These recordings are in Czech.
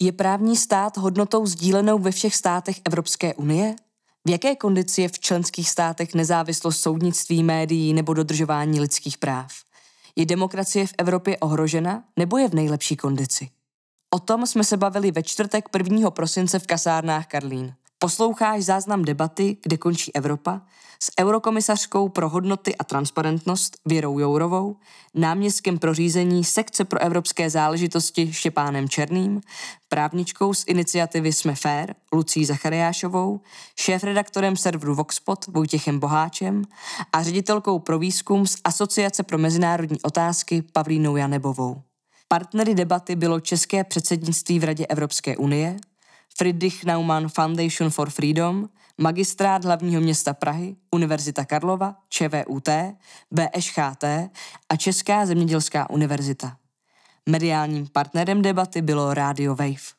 Je právní stát hodnotou sdílenou ve všech státech Evropské unie? V jaké kondici je v členských státech nezávislost soudnictví, médií nebo dodržování lidských práv? Je demokracie v Evropě ohrožena nebo je v nejlepší kondici? O tom jsme se bavili ve čtvrtek 1. prosince v kasárnách Karlín. Posloucháš záznam debaty, kde končí Evropa, s eurokomisařkou pro hodnoty a transparentnost Věrou Jourovou, náměstkem pro řízení sekce pro evropské záležitosti Štěpánem Černým, právničkou z iniciativy Jsme fér Lucí Zachariášovou, šéfredaktorem serveru Voxpot Vojtěchem Boháčem a ředitelkou pro výzkum z Asociace pro mezinárodní otázky Pavlínou Janebovou. Partnery debaty bylo české předsednictví v Radě Evropské unie, Friedrich Naumann Foundation for Freedom, Magistrát hlavního města Prahy, Univerzita Karlova, ČVUT, VŠHT a Česká zemědělská univerzita. Mediálním partnerem debaty bylo Radio Wave.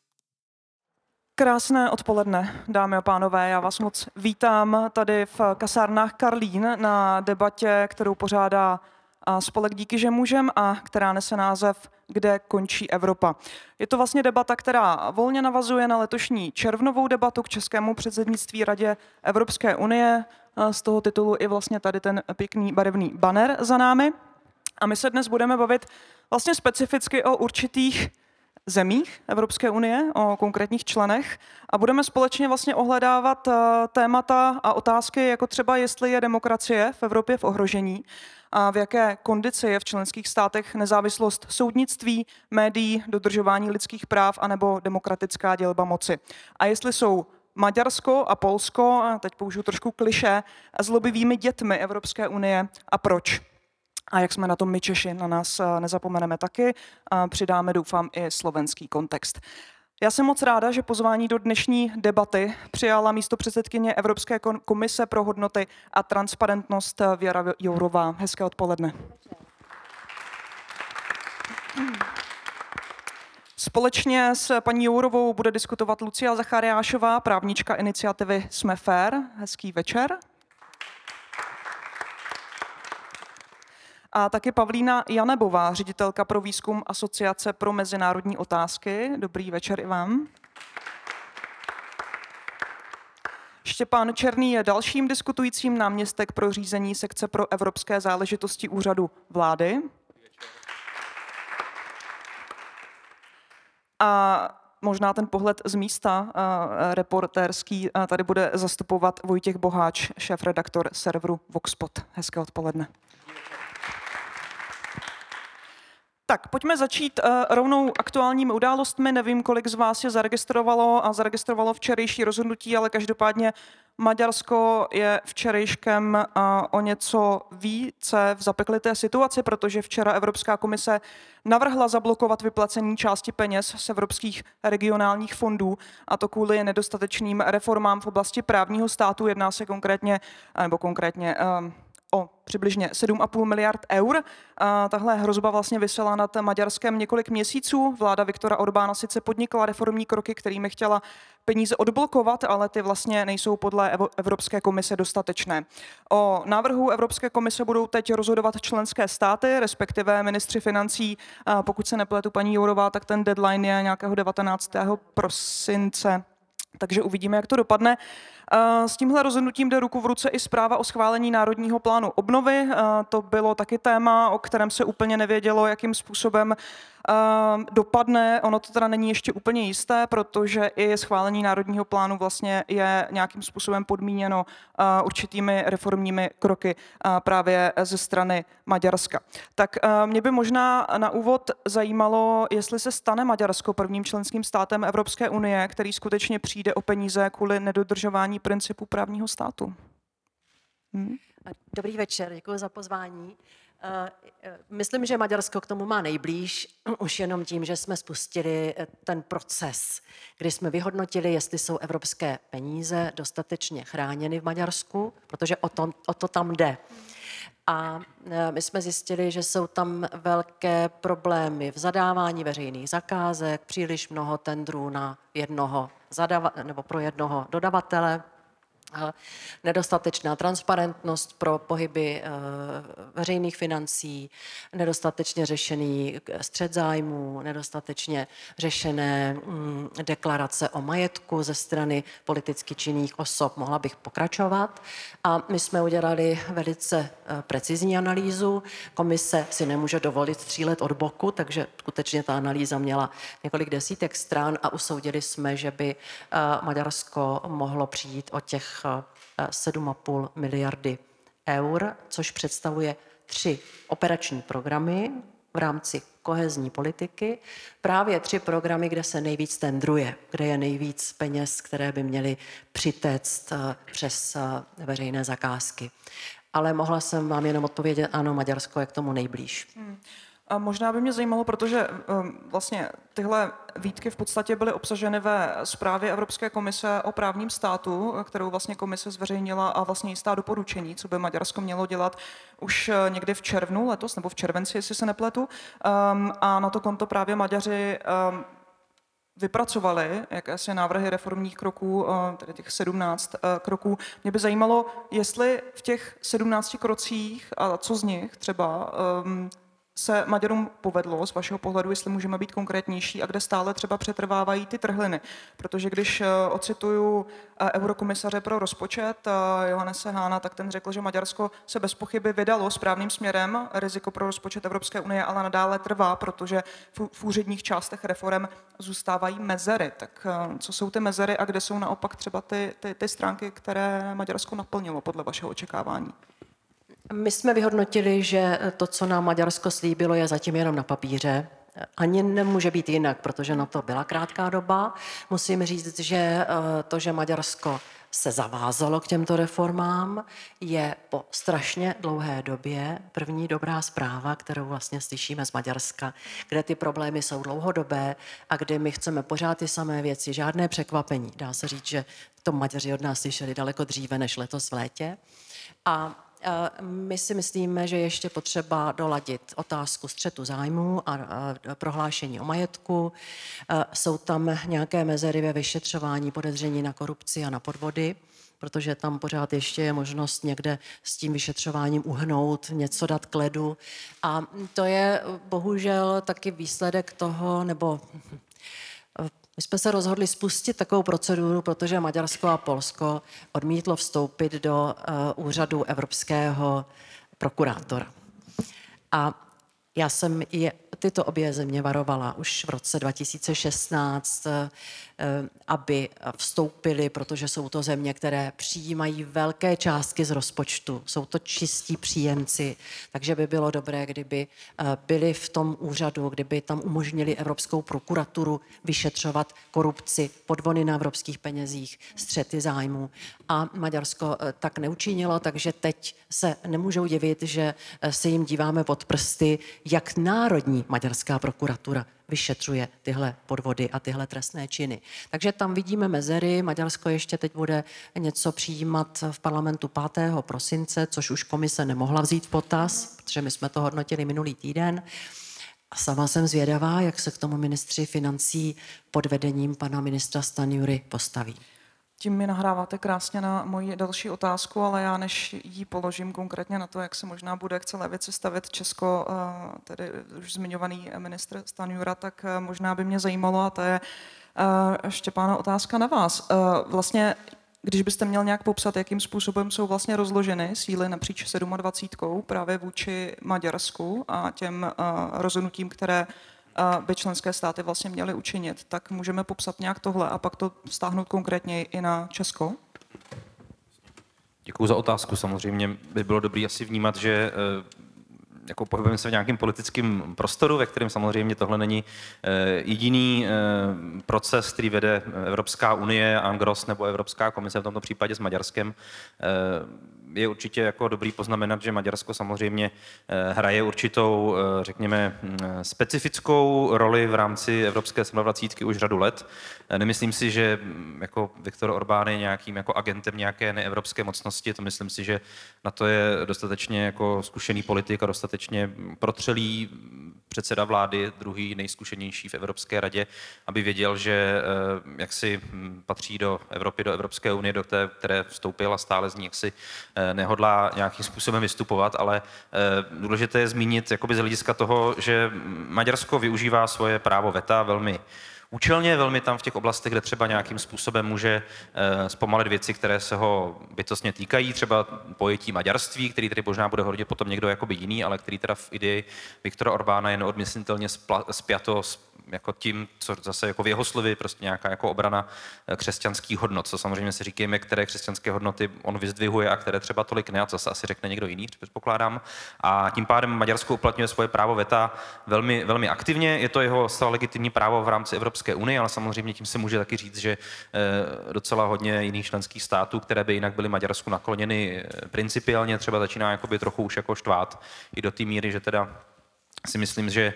Krásné odpoledne, dámy a pánové. Já vás moc vítám tady v kasárnách Karlín na debatě, kterou pořádá spolek Díky, že můžem a která nese název Kde končí Evropa. Je to vlastně debata, která volně navazuje na letošní červnovou debatu k českému předsednictví Radě Evropské unie. Z toho titulu i vlastně tady ten pěkný barevný banner za námi. A my se dnes budeme bavit vlastně specificky o určitých zemích Evropské unie, o konkrétních členech a budeme společně vlastně ohledávat témata a otázky, jako třeba jestli je demokracie v Evropě v ohrožení a v jaké kondici je v členských státech nezávislost soudnictví, médií, dodržování lidských práv anebo demokratická dělba moci. A jestli jsou Maďarsko a Polsko, a teď použiju trošku klišé, zlobivými dětmi Evropské unie a proč. A jak jsme na tom my Češi, na nás nezapomeneme taky, a přidáme, doufám, i slovenský kontext. Já jsem moc ráda, že pozvání do dnešní debaty přijala místopředsedkyně Evropské komise pro hodnoty a transparentnost Věra Jourová. Hezké odpoledne. Společně s paní Jourovou bude diskutovat Lucia Zachariášová, právnička iniciativy Jsme fér. Hezký večer. A taky Pavlína Janebová, ředitelka pro výzkum Asociace pro mezinárodní otázky. Dobrý večer i vám. Štěpán Černý je dalším diskutujícím, náměstek pro řízení sekce pro evropské záležitosti úřadu vlády. A možná ten pohled z místa reportérský tady bude zastupovat Vojtěch Boháč, šéfredaktor serveru Voxpot. Hezké odpoledne. Tak, pojďme začít rovnou aktuálními událostmi. Nevím, kolik z vás je zaregistrovalo včerejší rozhodnutí, ale každopádně Maďarsko je včerejškem o něco více v zapeklité situaci, protože včera Evropská komise navrhla zablokovat vyplacení části peněz z evropských regionálních fondů, a to kvůli nedostatečným reformám v oblasti právního státu. Jedná se konkrétně o přibližně 7,5 miliard eur. Tahle hrozba vlastně visela nad Maďarskem několik měsíců. Vláda Viktora Orbána sice podnikla reformní kroky, kterými chtěla peníze odblokovat, ale ty vlastně nejsou podle Evropské komise dostatečné. O návrhu Evropské komise budou teď rozhodovat členské státy, respektive ministři financí. Pokud se nepletu paní Jourová, tak ten deadline je nějakého 19. prosince. Takže uvidíme, jak to dopadne. S tímhle rozhodnutím jde ruku v ruce i zpráva o schválení Národního plánu obnovy. To bylo taky téma, o kterém se úplně nevědělo, jakým způsobem dopadne. Ono to teda není ještě úplně jisté, protože i schválení Národního plánu vlastně je nějakým způsobem podmíněno určitými reformními kroky právě ze strany Maďarska. Tak mě by možná na úvod zajímalo, jestli se stane Maďarsko prvním členským státem Evropské unie, který skutečně přijde o peníze kvůli nedodržování principů právního státu. Dobrý večer, děkuji za pozvání. Myslím, že Maďarsko k tomu má nejblíž, už jenom tím, že jsme spustili ten proces, kdy jsme vyhodnotili, jestli jsou evropské peníze dostatečně chráněny v Maďarsku, protože o to tam jde. A my jsme zjistili, že jsou tam velké problémy v zadávání veřejných zakázek, příliš mnoho tendrů na pro jednoho dodavatele. nedostatečná transparentnost pro pohyby veřejných financí, nedostatečně řešený střet zájmů, nedostatečně řešené deklarace o majetku ze strany politicky činných osob. Mohla bych pokračovat. A my jsme udělali velice precizní analýzu. Komise si nemůže dovolit střílet od boku, takže skutečně ta analýza měla několik desítek stran a usoudili jsme, že by Maďarsko mohlo přijít o těch 7,5 miliardy eur, což představuje 3 operační programy v rámci kohezní politiky. Právě 3 programy, kde se nejvíc tendruje, kde je nejvíc peněz, které by měly přitéct přes veřejné zakázky. Ale mohla jsem vám jenom odpovědět, ano, Maďarsko je k tomu nejblíž. A možná by mě zajímalo, protože vlastně tyhle výtky v podstatě byly obsaženy ve zprávě Evropské komise o právním státu, kterou vlastně komise zveřejnila a vlastně jistá doporučení, co by Maďarsko mělo dělat už někdy v červnu letos, nebo v červenci, jestli se nepletu. A na to konto právě Maďaři vypracovali jakési návrhy reformních kroků, tedy těch 17 kroků. Mě by zajímalo, jestli v těch 17 krocích, a co z nich třeba, se Maďarům povedlo z vašeho pohledu, jestli můžeme být konkrétnější, a kde stále třeba přetrvávají ty trhliny. Protože když ocituju eurokomisaře pro rozpočet Johannese Hahna, tak ten řekl, že Maďarsko se bez pochyby vydalo správným směrem, riziko pro rozpočet Evropské unie ale nadále trvá, protože v úředních částech reforem zůstávají mezery. Tak co jsou ty mezery a kde jsou naopak třeba ty stránky, které Maďarsko naplnilo podle vašeho očekávání? My jsme vyhodnotili, že to, co nám Maďarsko slíbilo, je zatím jenom na papíře. Ani nemůže být jinak, protože na to byla krátká doba. Musím říct, že to, že Maďarsko se zavázalo k těmto reformám, je po strašně dlouhé době první dobrá zpráva, kterou vlastně slyšíme z Maďarska, kde ty problémy jsou dlouhodobé a kde my chceme pořád ty samé věci, žádné překvapení. Dá se říct, že to Maďaři od nás slyšeli daleko dříve než letos v létě. A my si myslíme, že ještě potřeba doladit otázku střetu zájmů a prohlášení o majetku. Jsou tam nějaké mezery ve vyšetřování podezření na korupci a na podvody, protože tam pořád ještě je možnost někde s tím vyšetřováním uhnout, něco dát k ledu. A to je bohužel taky výsledek toho, nebo my jsme se rozhodli spustit takovou proceduru, protože Maďarsko a Polsko odmítlo vstoupit do úřadu evropského prokurátora. A já jsem tyto obě země varovala už v roce 2016, aby vstoupili, protože jsou to země, které přijímají velké částky z rozpočtu. Jsou to čistí příjemci, takže by bylo dobré, kdyby byli v tom úřadu, kdyby tam umožnili Evropskou prokuraturu vyšetřovat korupci, podvody na evropských penězích, střety zájmů. A Maďarsko tak neučinilo, takže teď se nemůžou divit, že se jim díváme pod prsty, jak národní maďarská prokuratura vyšetřuje tyhle podvody a tyhle trestné činy. Takže tam vidíme mezery. Maďarsko ještě teď bude něco přijímat v parlamentu 5. prosince, což už komise nemohla vzít v potaz, protože my jsme to hodnotili minulý týden. A sama jsem zvědavá, jak se k tomu ministři financí pod vedením pana ministra Stanjury postaví. Tím mi nahráváte krásně na moji další otázku, ale já než ji položím konkrétně na to, jak se možná bude k celé věci stavět Česko, tedy už zmiňovaný ministr Stanjura, tak možná by mě zajímalo, a to je Štěpána otázka na vás. Vlastně, když byste měl nějak popsat, jakým způsobem jsou vlastně rozloženy síly napříč 27 právě vůči Maďarsku a těm rozhodnutím, které by členské státy vlastně měly učinit, tak můžeme popsat nějak tohle a pak to vztáhnout konkrétně i na Česko? Děkuji za otázku. Samozřejmě by bylo dobré asi vnímat, že jako pohybujeme se v nějakém politickém prostoru, ve kterém samozřejmě tohle není jediný proces, který vede Evropská unie, Angros nebo Evropská komise, v tomto případě s Maďarskem. je určitě jako dobrý poznamenat, že Maďarsko samozřejmě hraje určitou, řekněme, specifickou roli v rámci Evropské 27 už řadu let. Nemyslím si, že jako Viktor Orbán je nějakým jako agentem nějaké neevropské mocnosti, to myslím si, že na to je dostatečně jako zkušený politik a dostatečně protřelý předseda vlády, druhý nejzkušenější v Evropské radě, aby věděl, že jaksi patří do Evropy, do Evropské unie, do které vstoupil a stále z ní jaksi nehodlá nějakým způsobem vystupovat, ale důležité je zmínit jakoby z hlediska toho, že Maďarsko využívá svoje právo veta velmi účelně, velmi tam v těch oblastech, kde třeba nějakým způsobem může zpomalit věci, které se ho bytostně týkají, třeba pojetí maďarství, který tedy možná bude hodit potom někdo jakoby jiný, ale který teda v ideji Viktora Orbána je neodmyslitelně spjato s jako tím, co zase jako v jeho slovy prostě nějaká jako obrana křesťanských hodnot, co samozřejmě si říkáme, které křesťanské hodnoty on vyzdvihuje a které třeba tolik ne, a co zase asi řekne někdo jiný, předpokládám. A tím pádem Maďarsko uplatňuje svoje právo veta velmi, velmi aktivně. Je to jeho zcela legitimní právo v rámci Evropské unie, ale samozřejmě tím se může taky říct, že docela hodně jiných členských států, které by jinak byly Maďarsku nakloněny principiálně, třeba začíná jakoby trochu už jako štvát i do té míry, že teda si myslím, že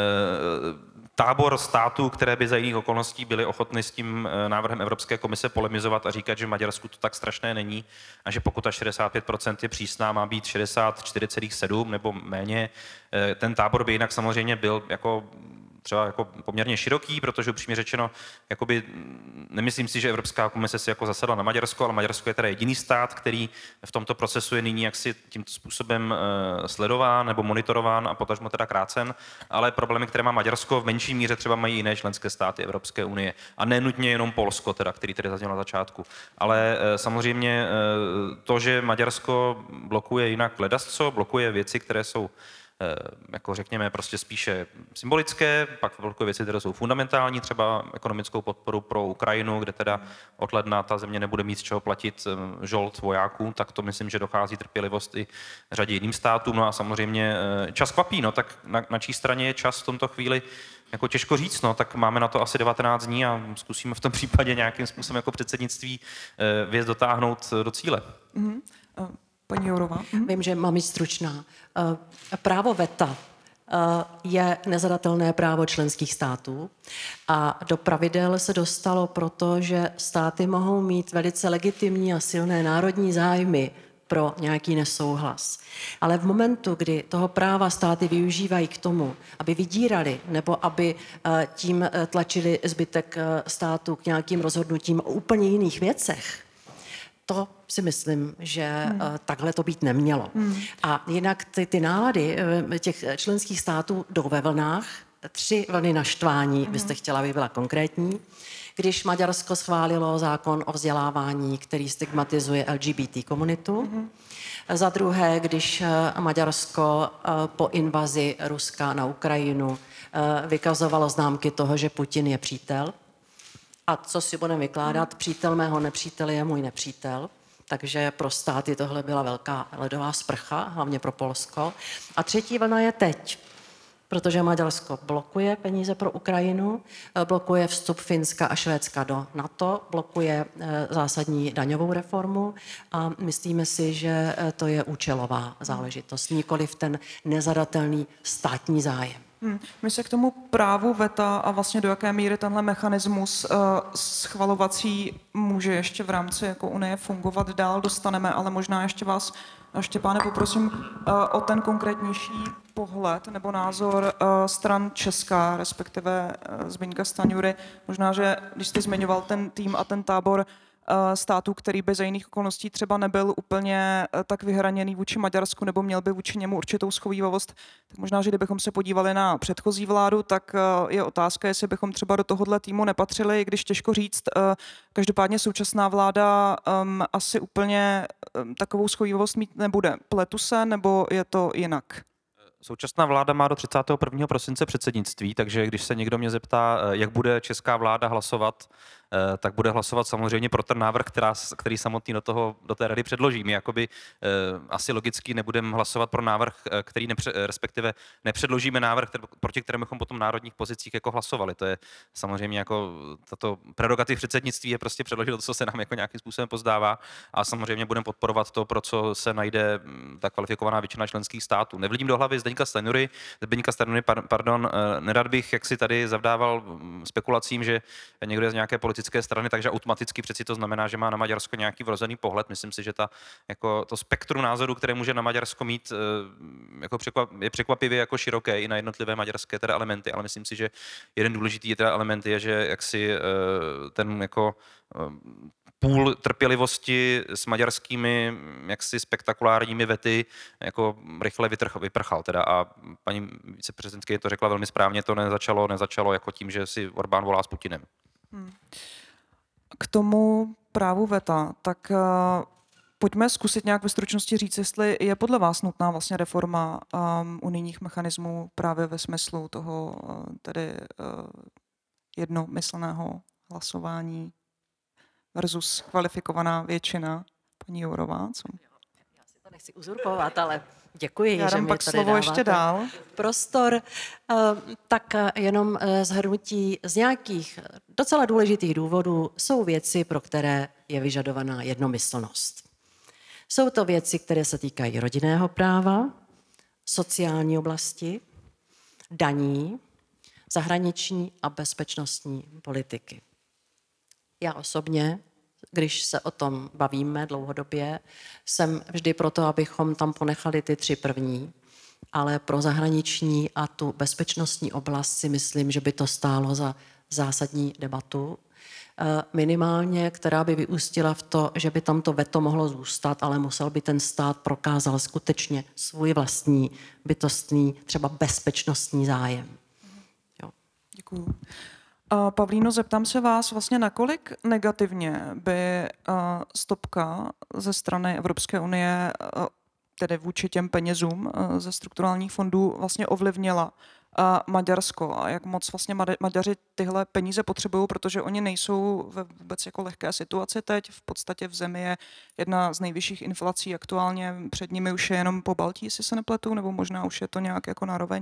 tábor států, které by za jiných okolností byly ochotny s tím návrhem Evropské komise polemizovat a říkat, že v Maďarsku to tak strašné není a že pokud ta 65% je přísná, má být 64,7 nebo méně. Ten tábor by jinak samozřejmě byl jako třeba jako poměrně široký, protože upřímně řečeno, jakoby, nemyslím si, že Evropská komise si jako zasedla na Maďarsko, ale Maďarsko je teda jediný stát, který v tomto procesu je nyní jaksi tímto způsobem sledován nebo monitorován a potažmo teda krácen, ale problémy, které má Maďarsko, v menší míře třeba mají jiné členské státy Evropské unie a nenutně jenom Polsko, teda, který tedy zazněl na začátku. Ale samozřejmě to, že Maďarsko blokuje jinak ledasco, blokuje věci, které jsou jako řekněme prostě spíše symbolické, pak blokuje věci, které jsou fundamentální, třeba ekonomickou podporu pro Ukrajinu, kde teda od ledna ta země nebude mít z čeho platit žolt vojáků, tak to myslím, že dochází trpělivost i řadě jiným státům. No a samozřejmě čas kvapí, no tak na čí straně je čas v tomto chvíli jako těžko říct, no, tak máme na to asi 19 dní a zkusíme v tom případě nějakým způsobem jako předsednictví věc dotáhnout do cíle. Mm-hmm. Paní Jourová. Vím, že mám jít stručná. Právo veta je nezadatelné právo členských států a do pravidel se dostalo proto, že státy mohou mít velice legitimní a silné národní zájmy pro nějaký nesouhlas. Ale v momentu, kdy toho práva státy využívají k tomu, aby vydírali nebo aby tím tlačili zbytek států k nějakým rozhodnutím o úplně jiných věcech, to si myslím, že takhle to být nemělo. A jinak ty nálady těch členských států jdou ve vlnách, 3 vlny naštvání, byste chtěla, aby byla konkrétní. Když Maďarsko schválilo zákon o vzdělávání, který stigmatizuje LGBT komunitu. Za druhé, když Maďarsko po invazi Ruska na Ukrajinu vykazovalo známky toho, že Putin je přítel. A co si budeme vykládat, přítel mého nepřítele je můj nepřítel. Takže pro státy tohle byla velká ledová sprcha, hlavně pro Polsko. A třetí vlna je teď, protože Maďarsko blokuje peníze pro Ukrajinu, blokuje vstup Finska a Švédska do NATO, blokuje zásadní daňovou reformu a myslíme si, že to je účelová záležitost, nikoliv ten nezadatelný státní zájem. My se k tomu právu veta a vlastně do jaké míry tenhle mechanismus schvalovací může ještě v rámci jako Unie fungovat dál, dostaneme, ale možná ještě vás, Štěpáne, poprosím o ten konkrétnější pohled nebo názor stran Česka, respektive Zbyňka Stanjury. Možná, že když jste zmiňoval ten tým a ten tábor států, který by za jiných okolností třeba nebyl úplně tak vyhraněný vůči Maďarsku nebo měl by vůči němu určitou schovívavost, tak možná, že kdybychom se podívali na předchozí vládu, tak je otázka, jestli bychom třeba do tohohle týmu nepatřili, když těžko říct. Každopádně současná vláda asi úplně takovou schovívavost mít nebude. Pletu se, nebo je to jinak? Současná vláda má do 31. prosince předsednictví, takže když se někdo mě zeptá, jak bude česká vláda hlasovat tak bude hlasovat samozřejmě pro ten návrh, který samotný do té rady předloží. My jakoby asi logicky nebudeme hlasovat pro návrh, který respektive nepředložíme návrh, proti kterému bychom potom v národních pozicích jako hlasovali. To je samozřejmě jako tato prerogativ předsednictví je prostě předložit to, co se nám jako nějakým způsobem pozdává, a samozřejmě budeme podporovat to, pro co se najde ta kvalifikovaná většina členských států. Nevlídím do hlavy Zdeňka Stanjury, nerad bych jak si tady zavdával spekulacím, že někdo je z nějaké politické strany, takže automaticky přeci to znamená, že má na Maďarsko nějaký vrozený pohled. Myslím si, že to spektrum názorů, které může na Maďarsko mít, jako je překvapivě jako široké i na jednotlivé maďarské teda elementy, ale myslím si, že jeden důležitý teda element je, že jaksi ten jako půl trpělivosti s maďarskými jaksi spektakulárními vety jako rychle vyprchal. Teda. A paní viceprezidentky to řekla velmi správně, to nezačalo jako tím, že si Orbán volá s Putinem. K tomu právu veta, tak pojďme zkusit nějak ve stručnosti říct, jestli je podle vás nutná vlastně reforma unijních mechanismů právě ve smyslu toho tedy jednomyslného hlasování versus kvalifikovaná většina. Paní Jourová, co? Já si to nechci uzurpovat, ale děkuji, Já že mi pak tady slovo ještě dál. Prostor. Tak jenom shrnutí z nějakých docela důležitých důvodů jsou věci, pro které je vyžadovaná jednomyslnost. Jsou to věci, které se týkají rodinného práva, sociální oblasti, daní, zahraniční a bezpečnostní politiky. Já osobně, když se o tom bavíme dlouhodobě, jsem vždy proto, abychom tam ponechali ty 3 první, ale pro zahraniční a tu bezpečnostní oblast si myslím, že by to stálo za zásadní debatu. Minimálně, která by vyústila v to, že by tam to veto mohlo zůstat, ale musel by ten stát prokázal skutečně svůj vlastní bytostný, třeba bezpečnostní zájem. Jo. Děkuju. Pavlíno, zeptám se vás vlastně, nakolik negativně by stopka ze strany Evropské unie, tedy vůči těm penězům ze strukturálních fondů, vlastně ovlivnila Maďarsko a jak moc vlastně Maďaři tyhle peníze potřebují, protože oni nejsou ve vůbec jako lehké situaci teď. V podstatě v zemi je jedna z nejvyšších inflací aktuálně, před nimi už je jenom po Baltí, jestli se nepletu, nebo možná už je to nějak jako nároveň.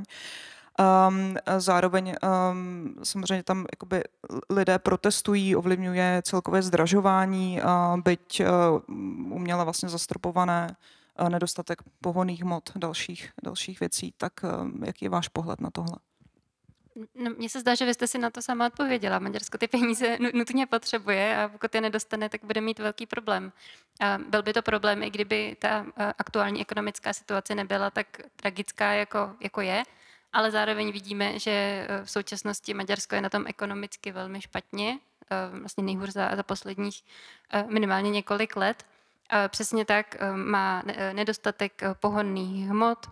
Zároveň samozřejmě tam jakoby lidé protestují, ovlivňuje celkové zdražování, byť uměle vlastně zastropované, nedostatek pohonných hmot, dalších věcí. Tak jaký je váš pohled na tohle? No, mně se zdá, že vy jste si na to sama odpověděla. Maďarsko ty peníze nutně potřebuje a pokud je nedostane, tak bude mít velký problém. A byl by to problém, i kdyby ta aktuální ekonomická situace nebyla tak tragická, jako je, ale zároveň vidíme, že v současnosti Maďarsko je na tom ekonomicky velmi špatně, vlastně nejhůř za posledních minimálně několik let. Přesně tak má nedostatek pohonných hmot.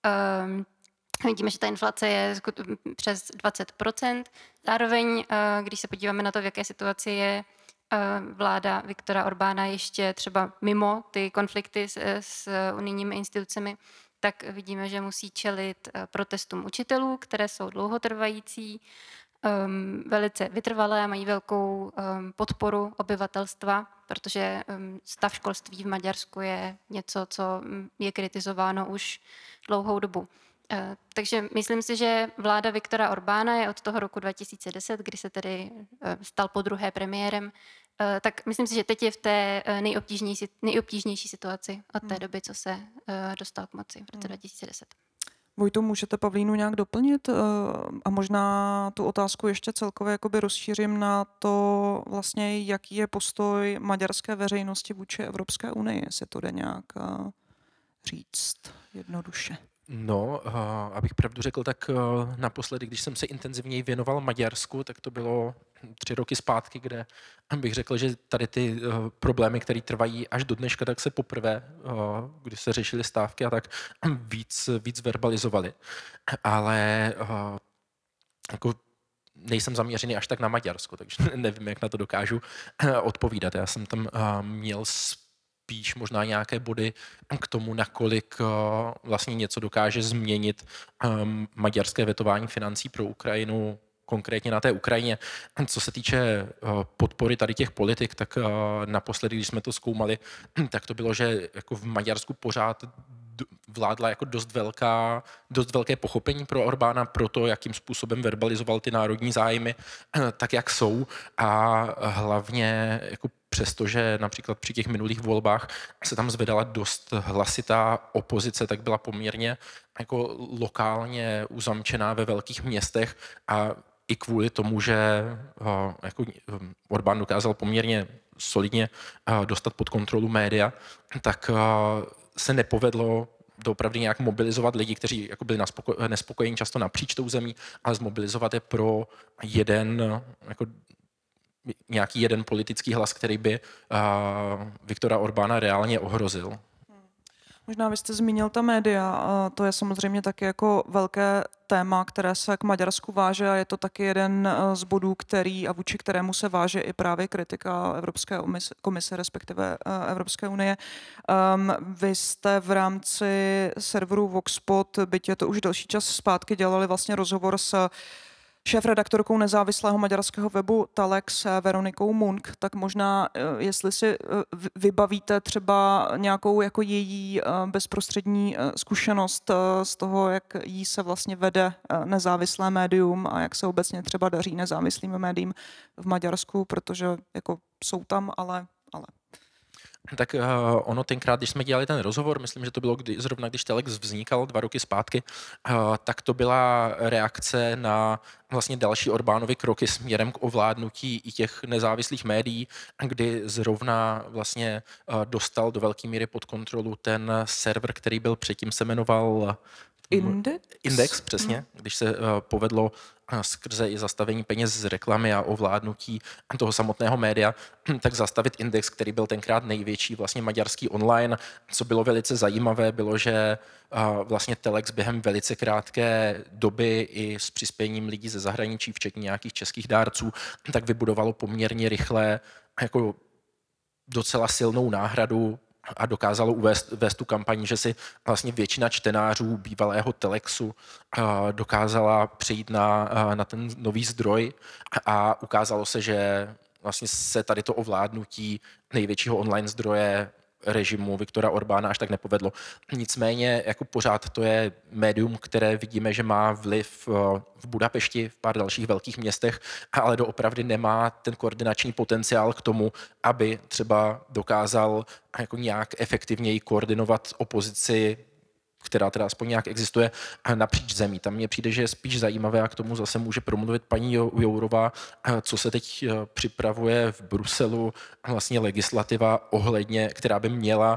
Vidíme, že ta inflace je přes 20%. Zároveň, když se podíváme na to, v jaké situaci je vláda Viktora Orbána ještě třeba mimo ty konflikty s unijními institucemi, tak vidíme, že musí čelit protestům učitelů, které jsou dlouhotrvající, velice vytrvalé, mají velkou podporu obyvatelstva, protože stav školství v Maďarsku je něco, co je kritizováno už dlouhou dobu. Takže myslím si, že vláda Viktora Orbána je od toho roku 2010, kdy se tedy stal podruhé premiérem, tak myslím si, že teď je v té nejobtížnější situaci od té doby, co se dostal k moci v roce 2010. Vojto, můžete Pavlínu nějak doplnit? A možná tu otázku ještě celkově jakoby rozšířím na to vlastně, jaký je postoj maďarské veřejnosti vůči Evropské unii, jestli to jde nějak říct jednoduše. No, abych pravdu řekl, tak naposledy, když jsem se intenzivněji věnoval Maďarsku, tak to bylo 3 roky zpátky, kde bych řekl, že tady ty problémy, které trvají až do dneška, tak se poprvé, když se řešily stávky a tak víc verbalizovali. Ale jako nejsem zaměřený až tak na Maďarsko, takže nevím, jak na to dokážu odpovídat. Já jsem tam měl spíš možná nějaké body k tomu, nakolik vlastně něco dokáže změnit maďarské vetování financí pro Ukrajinu konkrétně na té Ukrajině. Co se týče podpory tady těch politik, tak naposledy, když jsme to zkoumali, tak to bylo, že jako v Maďarsku pořád vládla jako dost velké pochopení pro Orbána, pro to, jakým způsobem verbalizoval ty národní zájmy, tak jak jsou. A hlavně jako přestože například při těch minulých volbách se tam zvedala dost hlasitá opozice, tak byla poměrně jako lokálně uzamčená ve velkých městech a i kvůli tomu, že jako Orbán dokázal poměrně solidně dostat pod kontrolu média, tak se nepovedlo doopravdy nějak mobilizovat lidi, kteří jako byli nespokojení často napříč tou zemí, ale zmobilizovat je pro nějaký jeden politický hlas, který by Viktora Orbána reálně ohrozil. Možná vy jste zmínil ta média, a to je samozřejmě taky jako velké téma, které se k Maďarsku váže a je to taky jeden z bodů, vůči kterému se váže i právě kritika Evropské komise, respektive Evropské unie. Vy jste v rámci serveru Voxpot, byť je to už delší čas zpátky, dělali vlastně rozhovor s šéfredaktorkou nezávislého maďarského webu Telex Veronikou Munk, tak možná, jestli si vybavíte třeba nějakou jako její bezprostřední zkušenost z toho, jak jí se vlastně vede nezávislé médium a jak se obecně třeba daří nezávislým médiím v Maďarsku, protože jako jsou tam, ale... Tak ono tenkrát, když jsme dělali ten rozhovor, myslím, že to bylo zrovna když Telex vznikal 2 roky zpátky, tak to byla reakce na vlastně další Orbánovy kroky směrem k ovládnutí i těch nezávislých médií, kdy zrovna vlastně dostal do velké míry pod kontrolu ten server, který byl předtím se jmenoval Index, přesně, když se povedlo skrze i zastavení peněz z reklamy a ovládnutí toho samotného média, tak zastavit Index, který byl tenkrát největší vlastně maďarský online. Co bylo velice zajímavé, bylo, že vlastně Telex během velice krátké doby i s přispěním lidí ze zahraničí, včetně nějakých českých dárců, tak vybudovalo poměrně rychle jako docela silnou náhradu a dokázalo vést tu kampaň, že si vlastně většina čtenářů bývalého Telexu dokázala přejít na ten nový zdroj a ukázalo se, že vlastně se tady to ovládnutí největšího online zdroje režimu Viktora Orbána až tak nepovedlo. Nicméně jako pořád to je médium, které vidíme, že má vliv v Budapešti, v pár dalších velkých městech, ale doopravdy nemá ten koordinační potenciál k tomu, aby třeba dokázal jako nějak efektivněji koordinovat opozici, která teda aspoň nějak existuje napříč zemí. Tam mně přijde, že je spíš zajímavé a k tomu zase může promluvit paní Jourová, co se teď připravuje v Bruselu vlastně legislativa ohledně, která by měla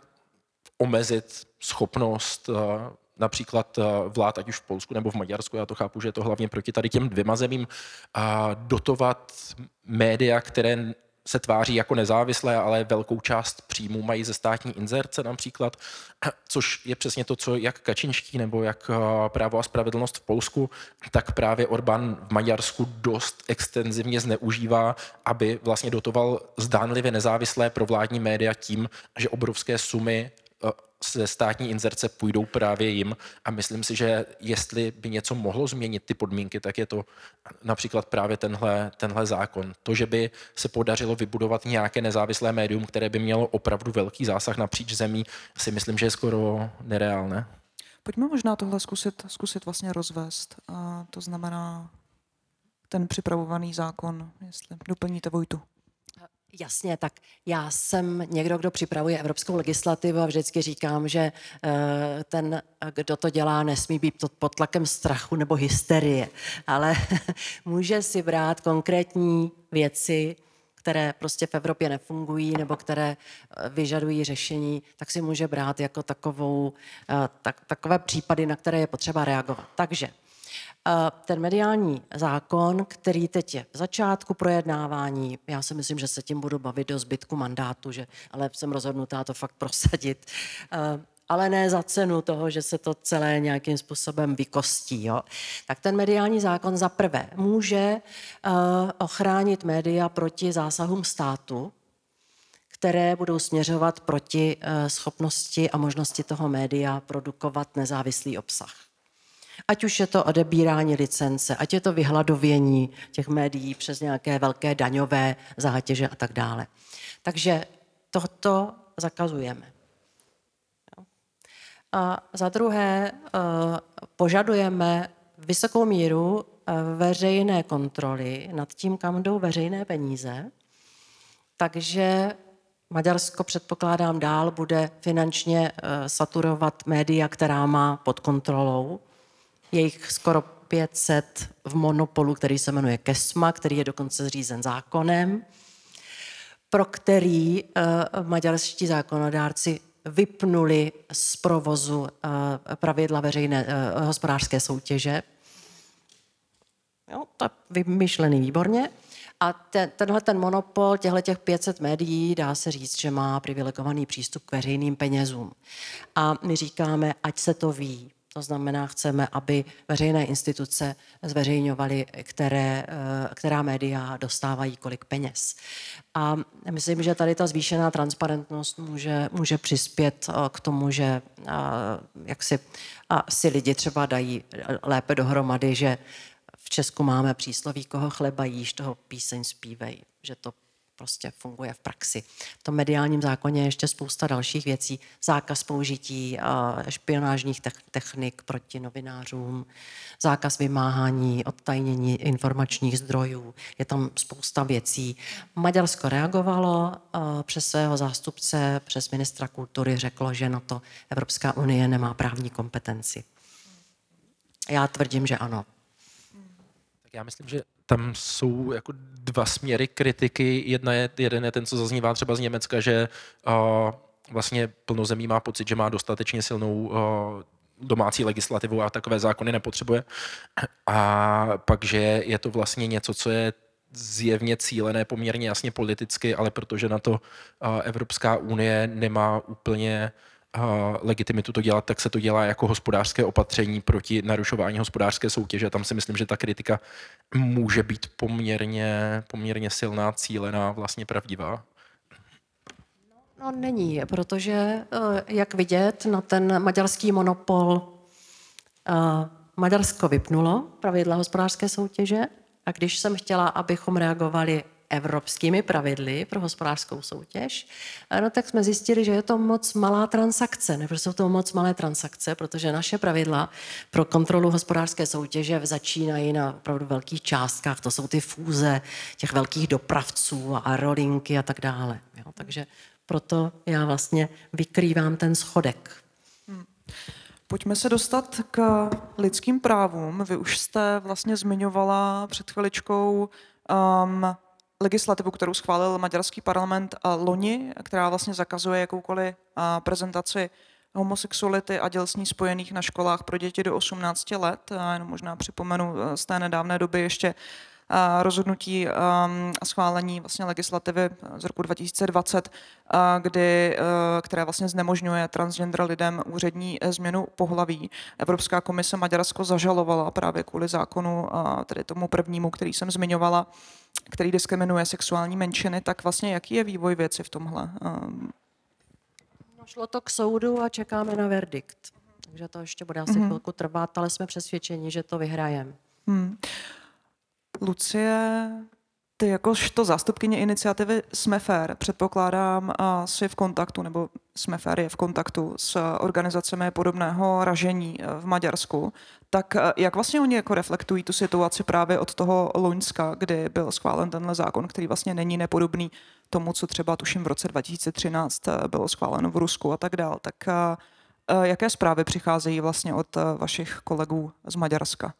omezit schopnost například vlád, ať už v Polsku nebo v Maďarsku, já to chápu, že je to hlavně proti tady těm 2 zemím, dotovat média, které se tváří jako nezávislé, ale velkou část příjmů mají ze státní inzerce například, což je přesně to, co jak Kačinský nebo jak Právo a spravedlnost v Polsku, tak právě Orbán v Maďarsku dost extenzivně zneužívá, aby vlastně dotoval zdánlivě nezávislé provládní média tím, že obrovské sumy ze státní inzerce půjdou právě jim a myslím si, že jestli by něco mohlo změnit ty podmínky, tak je to například právě tenhle zákon. To, že by se podařilo vybudovat nějaké nezávislé médium, které by mělo opravdu velký zásah napříč zemí, si myslím, že je skoro nereálné. Pojďme možná tohle zkusit vlastně rozvést. A to znamená ten připravovaný zákon, jestli doplníte Vojtu. Jasně, tak já jsem někdo, kdo připravuje evropskou legislativu a vždycky říkám, že ten, kdo to dělá, nesmí být pod tlakem strachu nebo hysterie, ale může si brát konkrétní věci, které prostě v Evropě nefungují nebo které vyžadují řešení, tak si může brát jako takové případy, na které je potřeba reagovat. Takže ten mediální zákon, který teď je v začátku projednávání, já si myslím, že se tím budu bavit do zbytku mandátu, ale jsem rozhodnutá to fakt prosadit, ale ne za cenu toho, že se to celé nějakým způsobem vykostí. Jo? Tak ten mediální zákon za prvé může ochránit média proti zásahům státu, které budou směřovat proti schopnosti a možnosti toho média produkovat nezávislý obsah. Ať už je to odebírání licence, ať je to vyhladovění těch médií přes nějaké velké daňové zátěže a tak dále. Takže tohoto zakazujeme. A za druhé požadujeme vysokou míru veřejné kontroly nad tím, kam jdou veřejné peníze. Takže Maďarsko, předpokládám, dál bude finančně saturovat média, která má pod kontrolou. Je jich skoro 500 v monopolu, který se jmenuje KESMA, který je dokonce zřízen zákonem, pro který maďarští zákonodárci vypnuli z provozu pravidla veřejné hospodářské soutěže. Jo, to je vymyšlený výborně. A tenhle ten monopol těchto 500 médií, dá se říct, že má privilegovaný přístup k veřejným penězům. A my říkáme, ať se to ví. To znamená, chceme, aby veřejné instituce zveřejňovaly, která média dostávají kolik peněz. A myslím, že tady ta zvýšená transparentnost může přispět k tomu, že si lidi třeba dají lépe dohromady, že v Česku máme přísloví, koho chleba jíš, toho píseň zpívej, že to prostě funguje v praxi. V tom mediálním zákoně je ještě spousta dalších věcí. Zákaz použití špionážních technik proti novinářům, zákaz vymáhání, odtajnění informačních zdrojů. Je tam spousta věcí. Maďarsko reagovalo, přes svého zástupce, přes ministra kultury řeklo, že na to Evropská unie nemá právní kompetenci. Já tvrdím, že ano. Já myslím, že tam jsou jako dva směry kritiky. Jeden je ten, co zaznívá třeba z Německa, že vlastně plno zemí má pocit, že má dostatečně silnou domácí legislativu a takové zákony nepotřebuje. A pak, že je to vlastně něco, co je zjevně cílené poměrně jasně politicky, ale protože na to Evropská unie nemá úplně legitimitu to dělat, tak se to dělá jako hospodářské opatření proti narušování hospodářské soutěže. Tam si myslím, že ta kritika může být poměrně silná, cílená, vlastně pravdivá. No není, protože jak vidět na ten maďarský monopol Maďarsko vypnulo pravidla hospodářské soutěže a když jsem chtěla, abychom reagovali evropskými pravidly pro hospodářskou soutěž, no tak jsme zjistili, že je to moc malá transakce, nebo jsou to moc malé transakce, protože naše pravidla pro kontrolu hospodářské soutěže začínají na opravdu velkých částkách, to jsou ty fúze těch velkých dopravců a rolinky a tak dále. Jo, takže proto já vlastně vykrývám ten schodek. Pojďme se dostat k lidským právům. Vy už jste vlastně zmiňovala před chviličkou legislativu, kterou schválil maďarský parlament loni, která vlastně zakazuje jakoukoliv prezentaci homosexuality a děl s ní spojených na školách pro děti do 18 let. A jenom možná připomenu z té nedávné doby ještě rozhodnutí a schválení vlastně legislativy z roku 2020, které vlastně znemožňuje transgender lidem úřední změnu pohlaví. Evropská komise Maďarsko zažalovala právě kvůli zákonu, tedy tomu prvnímu, který jsem zmiňovala, který diskriminuje sexuální menšiny. Tak vlastně jaký je vývoj věci v tomhle? No, šlo to k soudu a čekáme na verdikt. Takže to ještě bude asi chvilku trvat, ale jsme přesvědčeni, že to vyhrajeme. Lucie, ty jakožto zástupkyně iniciativy Jsme fér, předpokládám, si v kontaktu, nebo Jsme fér je v kontaktu s organizacemi podobného ražení v Maďarsku. Tak jak vlastně oni jako reflektují tu situaci právě od toho Loňska, kdy byl schválen tenhle zákon, který vlastně není nepodobný tomu, co třeba tuším v roce 2013 bylo schváleno v Rusku a tak dál. Tak jaké zprávy přicházejí vlastně od vašich kolegů z Maďarska?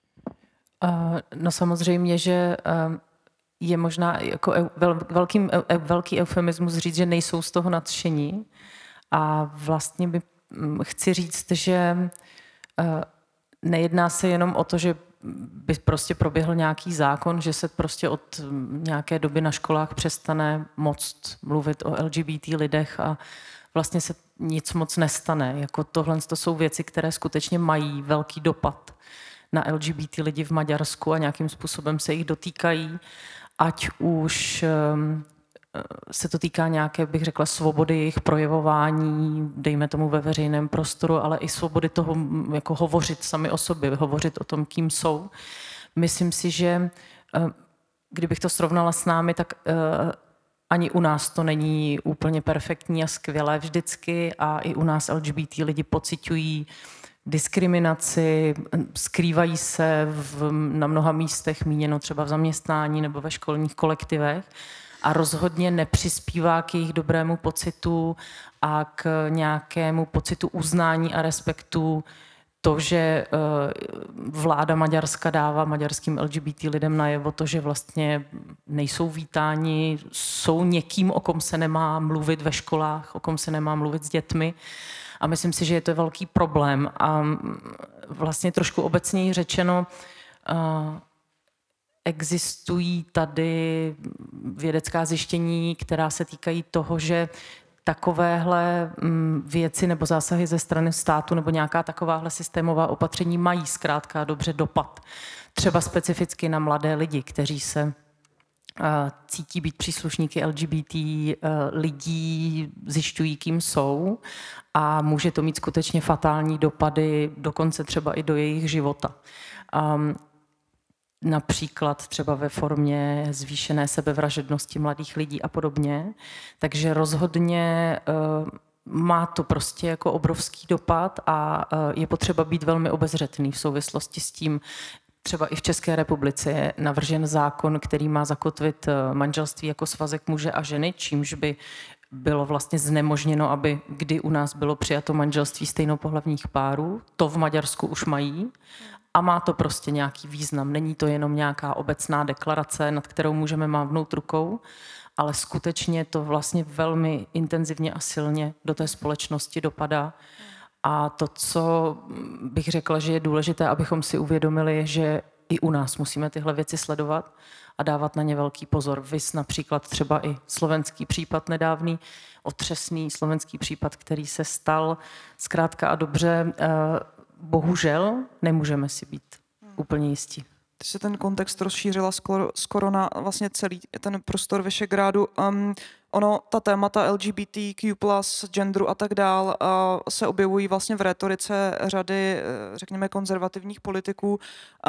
No samozřejmě, že je možná jako velký eufemismus říct, že nejsou z toho nadšení. A vlastně chci říct, že nejedná se jenom o to, že by prostě proběhl nějaký zákon, že se prostě od nějaké doby na školách přestane moc mluvit o LGBT lidech a vlastně se nic moc nestane. Jako tohle to jsou věci, které skutečně mají velký dopad na LGBT lidi v Maďarsku a nějakým způsobem se jich dotýkají, ať už se to týká nějaké, bych řekla, svobody jejich projevování, dejme tomu ve veřejném prostoru, ale i svobody toho, jako hovořit sami o sobě, hovořit o tom, kým jsou. Myslím si, že kdybych to srovnala s námi, tak ani u nás to není úplně perfektní a skvělé vždycky a i u nás LGBT lidi pociťují diskriminaci, skrývají se na mnoha místech, míněno třeba v zaměstnání nebo ve školních kolektivech a rozhodně nepřispívá k jejich dobrému pocitu a k nějakému pocitu uznání a respektu to, že vláda Maďarska dává maďarským LGBT lidem najevo to, že vlastně nejsou vítáni, jsou někým, o kom se nemá mluvit ve školách, o kom se nemá mluvit s dětmi. A myslím si, že je to velký problém. A vlastně trošku obecněji řečeno, existují tady vědecká zjištění, která se týkají toho, že takovéhle věci nebo zásahy ze strany státu nebo nějaká takováhle systémová opatření mají zkrátka dobře dopad. Třeba specificky na mladé lidi, kteří se cítí být příslušníky LGBT lidí, zjišťují, kým jsou a může to mít skutečně fatální dopady, dokonce třeba i do jejich života. Například třeba ve formě zvýšené sebevražednosti mladých lidí a podobně. Takže rozhodně má to prostě jako obrovský dopad a je potřeba být velmi obezřetný v souvislosti s tím. Třeba i v České republice je navržen zákon, který má zakotvit manželství jako svazek muže a ženy, čímž by bylo vlastně znemožněno, aby kdy u nás bylo přijato manželství stejnopohlavních párů. To v Maďarsku už mají. A má to prostě nějaký význam. Není to jenom nějaká obecná deklarace, nad kterou můžeme mávnout rukou, ale skutečně to vlastně velmi intenzivně a silně do té společnosti dopadá. A to, co bych řekla, že je důležité, abychom si uvědomili, je, že i u nás musíme tyhle věci sledovat a dávat na ně velký pozor. Vys například třeba i slovenský případ nedávný, otřesný slovenský případ, který se stal zkrátka a dobře. Bohužel nemůžeme si být úplně jistí. Když se ten kontext rozšířila skoro na vlastně celý ten prostor Visegrádu, ta témata LGBTQ+, genderu a tak dál se objevují vlastně v rétorice řady, řekněme, konzervativních politiků.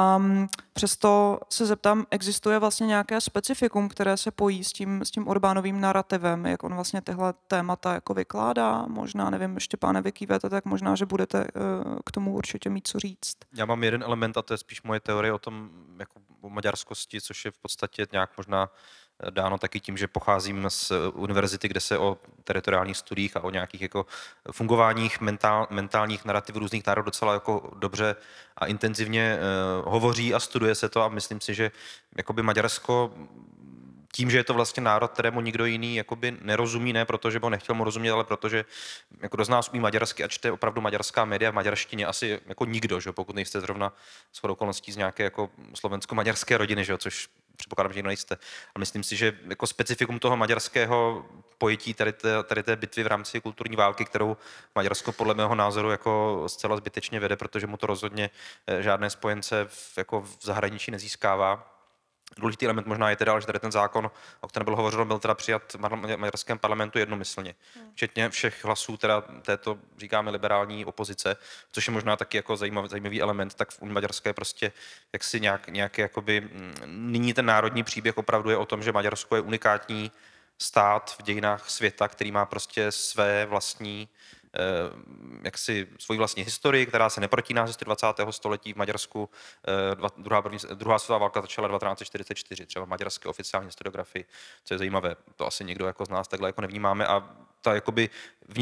Přesto se zeptám, existuje vlastně nějaké specifikum, které se pojí s tím Orbánovým narrativem, jak on vlastně tyhle témata jako vykládá? Možná, nevím, Štěpáne, vy kýváte, tak možná, že budete k tomu určitě mít co říct. Já mám jeden element a to je spíš moje teorie o tom, jako o maďarskosti, což je v podstatě nějak možná dáno taky tím, že pocházím z univerzity, kde se o teritoriálních studiích a o nějakých jako fungováních mentálních narrativů různých národů docela jako dobře a intenzivně hovoří a studuje se to a myslím si, že jakoby Maďarsko tím, že je to vlastně národ, kterému nikdo jiný jakoby nerozumí, ne protože by ho nechtěl mu rozumět, ale protože jako kdo z nás umí maďarsky a čte opravdu maďarská média v maďarštině, asi jako nikdo, že? Pokud nejste zrovna shodou okolností z nějaké jako slovensko-maďarské rodiny, že? Což předpokládám, že nejste. A myslím si, že jako specifikum toho maďarského pojetí tady té bitvy v rámci kulturní války, kterou Maďarsko podle mého názoru jako zcela zbytečně vede, protože mu to rozhodně žádné spojence v zahraničí nezískává. Důležitý element možná je teda, že tady ten zákon, o kterém bylo hovořeno, byl teda přijat v maďarském parlamentu jednomyslně. Včetně všech hlasů teda této, říkáme, liberální opozice, což je možná taky jako zajímavý element, tak v maďarské prostě jaksi nějaký jakoby, nyní ten národní příběh opravdu je o tom, že Maďarsko je unikátní stát v dějinách světa, který má prostě své vlastní jaksi svoji vlastní historii, která se neprotíná ze 20. století v Maďarsku. Druhá světová válka začala 1944, třeba v maďarské oficiální historiografii, co je zajímavé. To asi někdo jako z nás takhle jako nevnímáme a ta jakoby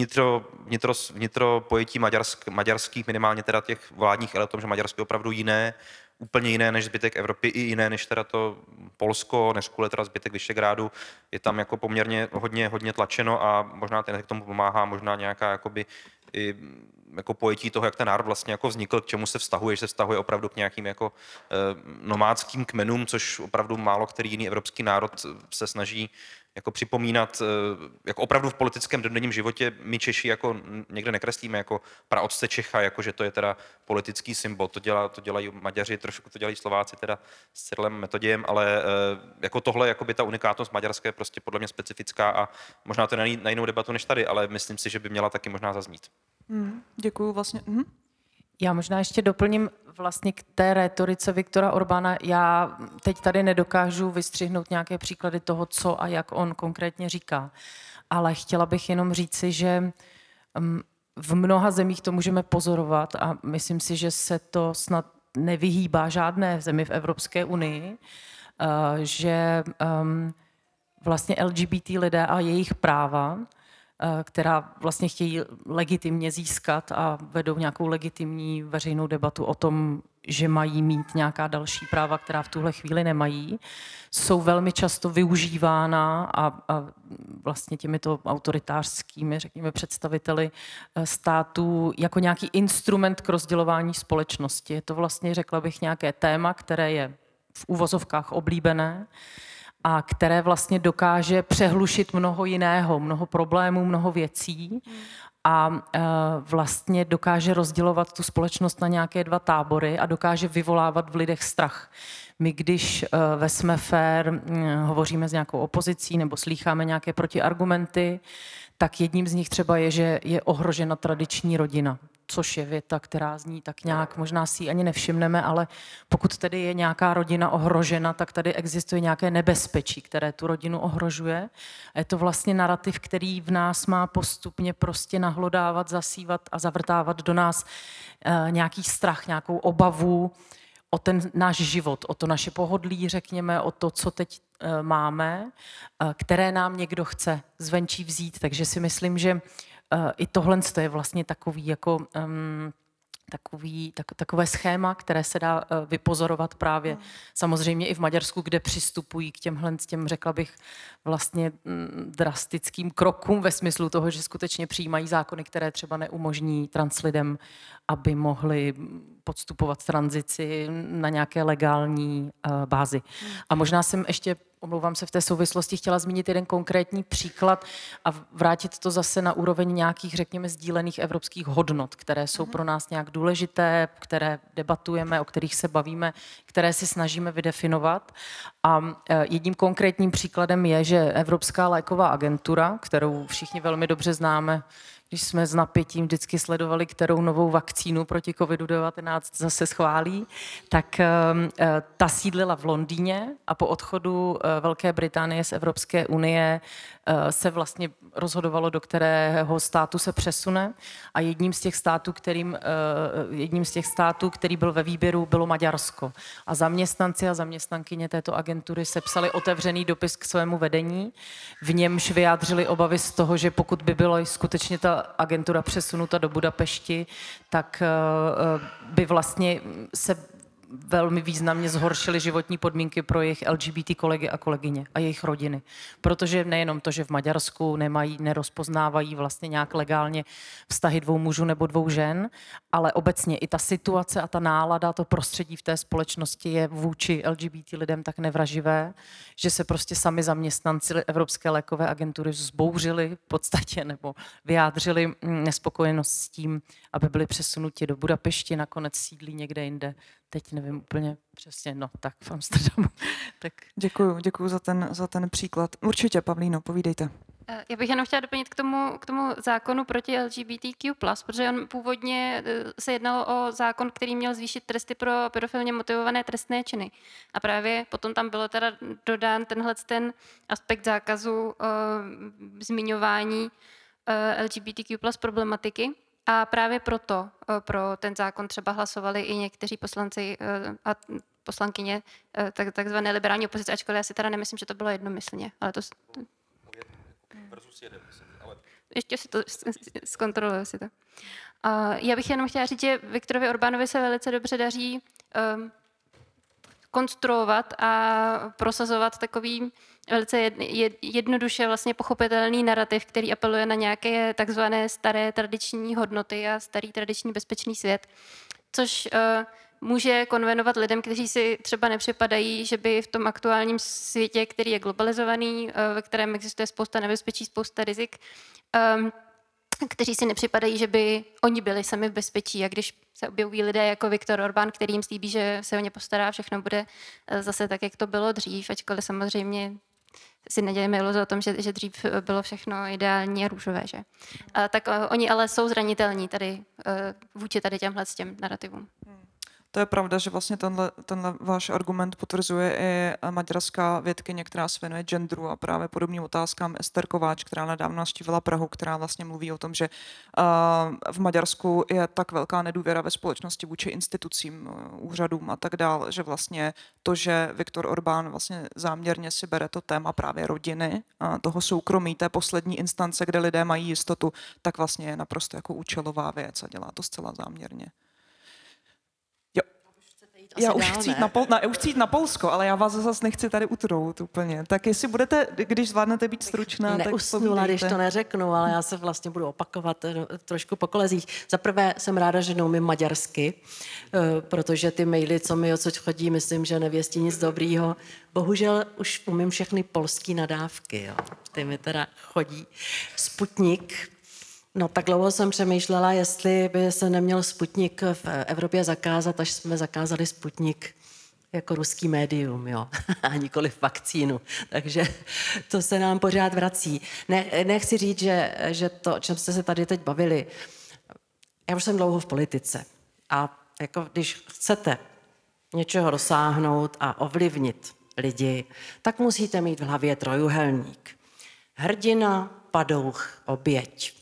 vnitro pojetí maďarských, minimálně teda těch vládních elit, o tom, že Maďarsko je opravdu jiné, úplně jiné než zbytek Evropy, i jiné než teda to Polsko, než kvůli teda zbytek Visegrádu, je tam jako poměrně hodně tlačeno a možná ten k tomu pomáhá, možná nějaká jakoby i jako pojetí toho, jak ten národ vlastně jako vznikl, k čemu se vztahuje, že se vztahuje opravdu k nějakým jako nomádským kmenům, což opravdu málo který jiný evropský národ se snaží jako připomínat, jako opravdu v politickém denním životě my Češi jako někde nekreslíme jako praotce Čecha, jako že to je teda politický symbol, to dělají Maďaři, trošku to dělají Slováci teda s Cyrillem Metodějem, ale jako tohle, jako by ta unikátnost maďarské je prostě podle mě specifická a možná to je na jinou debatu než tady, ale myslím si, že by měla taky možná zaznít. Děkuju vlastně. Já možná ještě doplním vlastně k té rétorice Viktora Orbána. Já teď tady nedokážu vystřihnout nějaké příklady toho, co a jak on konkrétně říká. Ale chtěla bych jenom říci, že v mnoha zemích to můžeme pozorovat a myslím si, že se to snad nevyhýbá žádné zemi v Evropské unii, že vlastně LGBT lidé a jejich práva, která vlastně chtějí legitimně získat a vedou nějakou legitimní veřejnou debatu o tom, že mají mít nějaká další práva, která v tuhle chvíli nemají, jsou velmi často využívána a vlastně těmito autoritářskými, řekněme, představiteli států jako nějaký instrument k rozdělování společnosti. Je to vlastně, řekla bych, nějaké téma, které je v uvozovkách oblíbené, a které vlastně dokáže přehlušit mnoho jiného, mnoho problémů, mnoho věcí a vlastně dokáže rozdělovat tu společnost na nějaké dva tábory a dokáže vyvolávat v lidech strach. My, když ve Jsme fér hovoříme s nějakou opozicí nebo slýcháme nějaké protiargumenty, tak jedním z nich třeba je, že je ohrožena tradiční rodina, což je věta, která zní tak nějak, možná si ji ani nevšimneme, ale pokud tedy je nějaká rodina ohrožena, tak tady existuje nějaké nebezpečí, které tu rodinu ohrožuje. A je to vlastně narrativ, který v nás má postupně prostě nahlodávat, zasívat a zavrtávat do nás nějaký strach, nějakou obavu o ten náš život, o to naše pohodlí, řekněme, o to, co teď máme, které nám někdo chce zvenčí vzít. Takže si myslím, že i tohle je vlastně takový jako takové schéma, které se dá vypozorovat právě samozřejmě i v Maďarsku, kde přistupují k těm, řekla bych, vlastně drastickým krokům ve smyslu toho, že skutečně přijímají zákony, které třeba neumožní translidem, aby mohli podstupovat tranzici na nějaké legální bázi. A možná jsem ještě, omlouvám se, v té souvislosti chtěla zmínit jeden konkrétní příklad a vrátit to zase na úroveň nějakých, řekněme, sdílených evropských hodnot, které jsou pro nás nějak důležité, které debatujeme, o kterých se bavíme, které si snažíme vydefinovat. A jedním konkrétním příkladem je, že Evropská léková agentura, kterou všichni velmi dobře známe, když jsme s napětím vždycky sledovali, kterou novou vakcínu proti COVID-19 zase schválí, tak ta sídlila v Londýně a po odchodu Velké Británie z Evropské unie se vlastně rozhodovalo, do kterého státu se přesune a jedním z těch států, který byl ve výběru, bylo Maďarsko. A zaměstnanci a zaměstnankyně této agentury sepsali otevřený dopis k svému vedení, v němž vyjádřili obavy z toho, že pokud by byla skutečně ta agentura přesunuta do Budapešti, tak by vlastně se velmi významně zhoršily životní podmínky pro jejich LGBT kolegy a kolegyně a jejich rodiny. Protože nejenom to, že v Maďarsku nerozpoznávají vlastně nějak legálně vztahy dvou mužů nebo dvou žen, ale obecně i ta situace a ta nálada, to prostředí v té společnosti je vůči LGBT lidem tak nevraživé, že se prostě sami zaměstnanci Evropské lékové agentury vzbouřili v podstatě nebo vyjádřili nespokojenost s tím, aby byli přesunuti do Budapešti, nakonec sídlí někde jinde. Teď nevím úplně přesně, no tak v Amsterdamu. Tak. Děkuju za ten příklad. Určitě, Pavlíno, povídejte. Já bych jenom chtěla doplnit k tomu zákonu proti LGBTQ+, protože on původně se jednalo o zákon, který měl zvýšit tresty pro pedofilně motivované trestné činy. A právě potom tam bylo teda dodán ten aspekt zákazu zmiňování LGBTQ+ problematiky. A právě proto pro ten zákon třeba hlasovali i někteří poslanci a poslankyně takzvané liberální opozice, ačkoliv já si teda nemyslím, že to bylo jednomyslně. Ale to ještě si to zkontroluji si to. Já bych jenom chtěla říct, že Viktorovi Orbánovi se velice dobře daří konstruovat a prosazovat takový velice jednoduše vlastně pochopitelný narrativ, který apeluje na nějaké takzvané staré tradiční hodnoty a starý tradiční bezpečný svět, což může konvenovat lidem, kteří si třeba nepřipadají, že by v tom aktuálním světě, který je globalizovaný, ve kterém existuje spousta nebezpečí, spousta rizik, kteří si nepřipadají, že by oni byli sami v bezpečí. A když se objevují lidé jako Viktor Orbán, který jim slíbí, že se o ně postará, všechno bude zase tak, jak to bylo dřív, ačkoliv samozřejmě si nedělíme iluze o tom, že dřív bylo všechno ideální a růžové. Že? Tak oni ale jsou zranitelní tady vůči tady těm narrativům. To je pravda, že vlastně tenhle váš argument potvrzuje i maďarská vědkyně, která se věnuje genderu a právě podobným otázkám, Ester Kováč, která nedávno navštívila Prahu, která vlastně mluví o tom, že v Maďarsku je tak velká nedůvěra ve společnosti vůči institucím, úřadům a tak dál, že vlastně to, že Viktor Orbán vlastně záměrně si bere to téma právě rodiny, toho soukromí, té poslední instance, kde lidé mají jistotu, tak vlastně je naprosto jako účelová věc a dělá to zcela záměrně. Já už chci jít na Polsko, ale já vás zase nechci tady utrout úplně. Tak jestli budete, když zvládnete být stručná, tak neusnula, když to neřeknu, ale já se vlastně budu opakovat trošku po kolezích. Za prvé jsem ráda, že neumím maďarsky, protože ty maily, co mi odsud chodí, myslím, že nevěstí nic dobrýho. Bohužel už umím všechny polský nadávky, jo. Ty mi teda chodí. Sputnik. No tak dlouho jsem přemýšlela, jestli by se neměl Sputnik v Evropě zakázat, až jsme zakázali Sputnik jako ruský médium, jo, a nikoliv vakcínu. Takže to se nám pořád vrací. Nechci říct, že to, o čem jste se tady teď bavili, já už jsem dlouho v politice a jako když chcete něčeho dosáhnout a ovlivnit lidi, tak musíte mít v hlavě trojúhelník. Hrdina, padouch, oběť.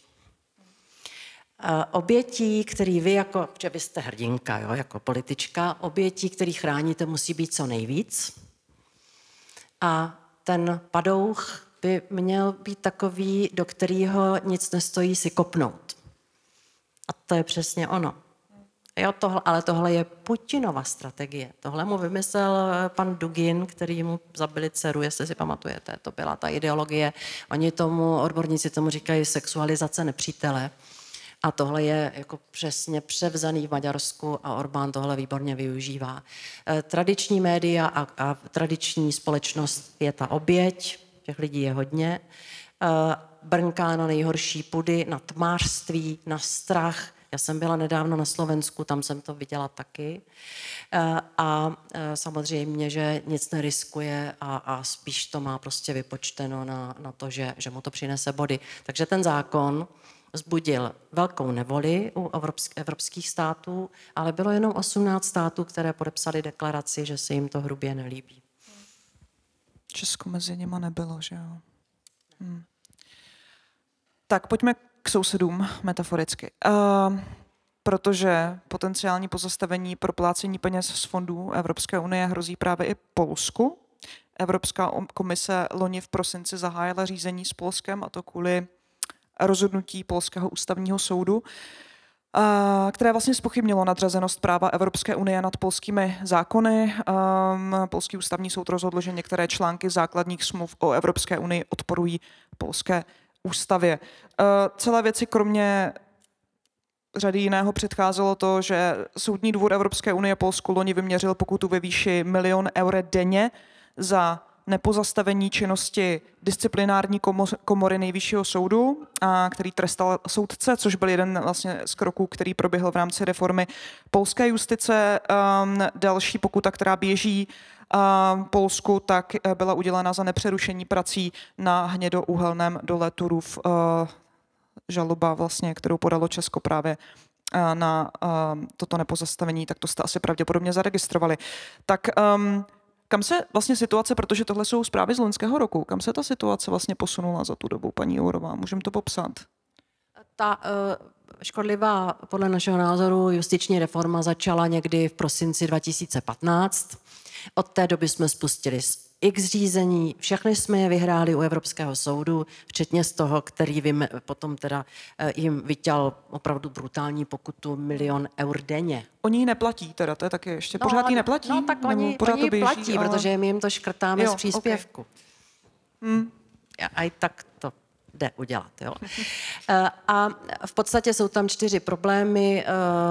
Obětí, který vy jako, že vy jste hrdinka, jo, jako politička, obětí, který chráníte, musí být co nejvíc. A ten padouch by měl být takový, do kterého nic nestojí si kopnout. A to je přesně ono. Jo, ale tohle je Putinova strategie. Tohle mu vymyslel pan Dugin, který mu zabili dceru, jestli si pamatujete. To byla ta ideologie. Odborníci tomu říkají sexualizace nepřítele. A tohle je jako přesně převzaný v Maďarsku a Orbán tohle výborně využívá. Tradiční média a tradiční společnost je ta oběť, těch lidí je hodně, brnká na nejhorší pudy, na tmářství, na strach. Já jsem byla nedávno na Slovensku, tam jsem to viděla taky. A samozřejmě, že nic neriskuje a spíš to má prostě vypočteno na to, že mu to přinese body. Takže ten zákon vzbudil velkou nevoli u evropských států, ale bylo jenom 18 států, které podepsali deklaraci, že se jim to hrubě nelíbí. Česko mezi nimi nebylo, že jo? Tak pojďme k sousedům metaforicky. Protože potenciální pozastavení proplácení peněz z fondů Evropské unie hrozí právě i Polsku. Evropská komise loni v prosinci zahájila řízení s Polskem, a to kvůli rozhodnutí Polského ústavního soudu, které vlastně zpochybnilo nadřazenost práva Evropské unie nad polskými zákony. Polský ústavní soud rozhodl, že některé články základních smluv o Evropské unii odporují polské ústavě. Celé věci kromě řady jiného předcházelo to, že Soudní dvůr Evropské unie Polsku loni vyměřil pokutu ve výši 1 000 000 eur denně za nepozastavení činnosti disciplinární komory Nejvyššího soudu, který trestal soudce, což byl jeden vlastně z kroků, který proběhl v rámci reformy polské justice. Další pokuta, která běží Polsku, tak byla udělena za nepřerušení prací na hnědouhelném dole Turów. Žaloba vlastně, kterou podalo Česko právě na toto nepozastavení, tak to jste asi pravděpodobně zaregistrovali. Tak kam se vlastně situace, protože tohle jsou zprávy z loňského roku, kam se ta situace vlastně posunula za tu dobu, paní Jourová? Můžeme to popsat? Ta škodlivá, podle našeho názoru, justiční reforma začala někdy v prosinci 2015. Od té doby jsme spustili x řízení, všechny jsme je vyhráli u Evropského soudu, včetně z toho, který potom teda jim vyťal opravdu brutální pokutu 1 000 000 eur denně. Oni ji neplatí teda, to je taky ještě, pořád ji neplatí? No tak oni ji platí, ale protože my jim to škrtáme z příspěvku. Okay. A i tak to jde udělat. Jo. A v podstatě jsou tam 4 problémy.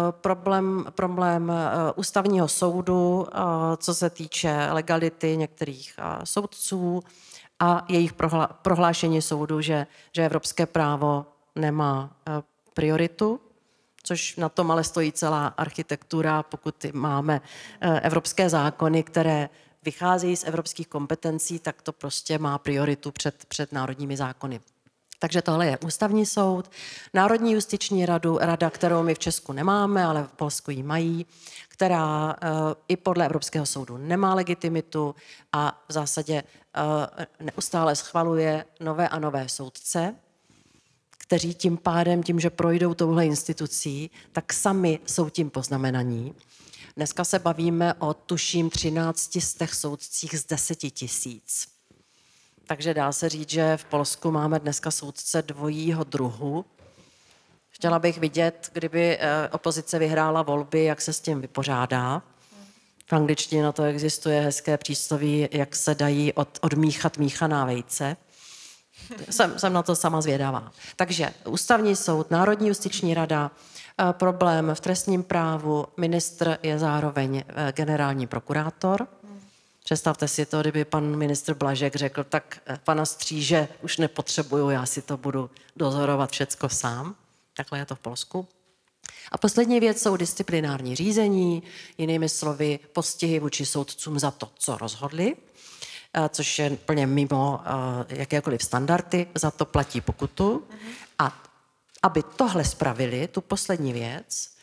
Problém ústavního soudu, co se týče legality některých soudců a jejich prohlášení soudu, že evropské právo nemá prioritu, což na tom ale stojí celá architektura, pokud máme evropské zákony, které vycházejí z evropských kompetencí, tak to prostě má prioritu před národními zákony. Takže tohle je ústavní soud, Národní justiční rada, kterou my v Česku nemáme, ale v Polsku ji mají, která i podle Evropského soudu nemá legitimitu a v zásadě neustále schvaluje nové a nové soudce, kteří tím pádem, tím, že projdou touhle institucí, tak sami jsou tím poznamenaní. Dneska se bavíme o tuším 13 z těch soudcích z 10 000. Takže dá se říct, že v Polsku máme dneska soudce dvojího druhu. Chtěla bych vidět, kdyby opozice vyhrála volby, jak se s tím vypořádá. V angličtině na to existuje hezké přísloví, jak se dají odmíchat míchaná vejce. Jsem na to sama zvědavá. Takže ústavní soud, Národní justiční rada, problém v trestním právu, ministr je zároveň generální prokurátor. Představte si to, kdyby pan ministr Blažek řekl, tak pana Stříže už nepotřebuju, já si to budu dozorovat všecko sám. Takhle je to v Polsku. A poslední věc jsou disciplinární řízení, jinými slovy postihy vůči soudcům za to, co rozhodli, což je plně mimo jakékoliv standardy, za to platí pokutu. A aby tohle spravili, tu poslední věc,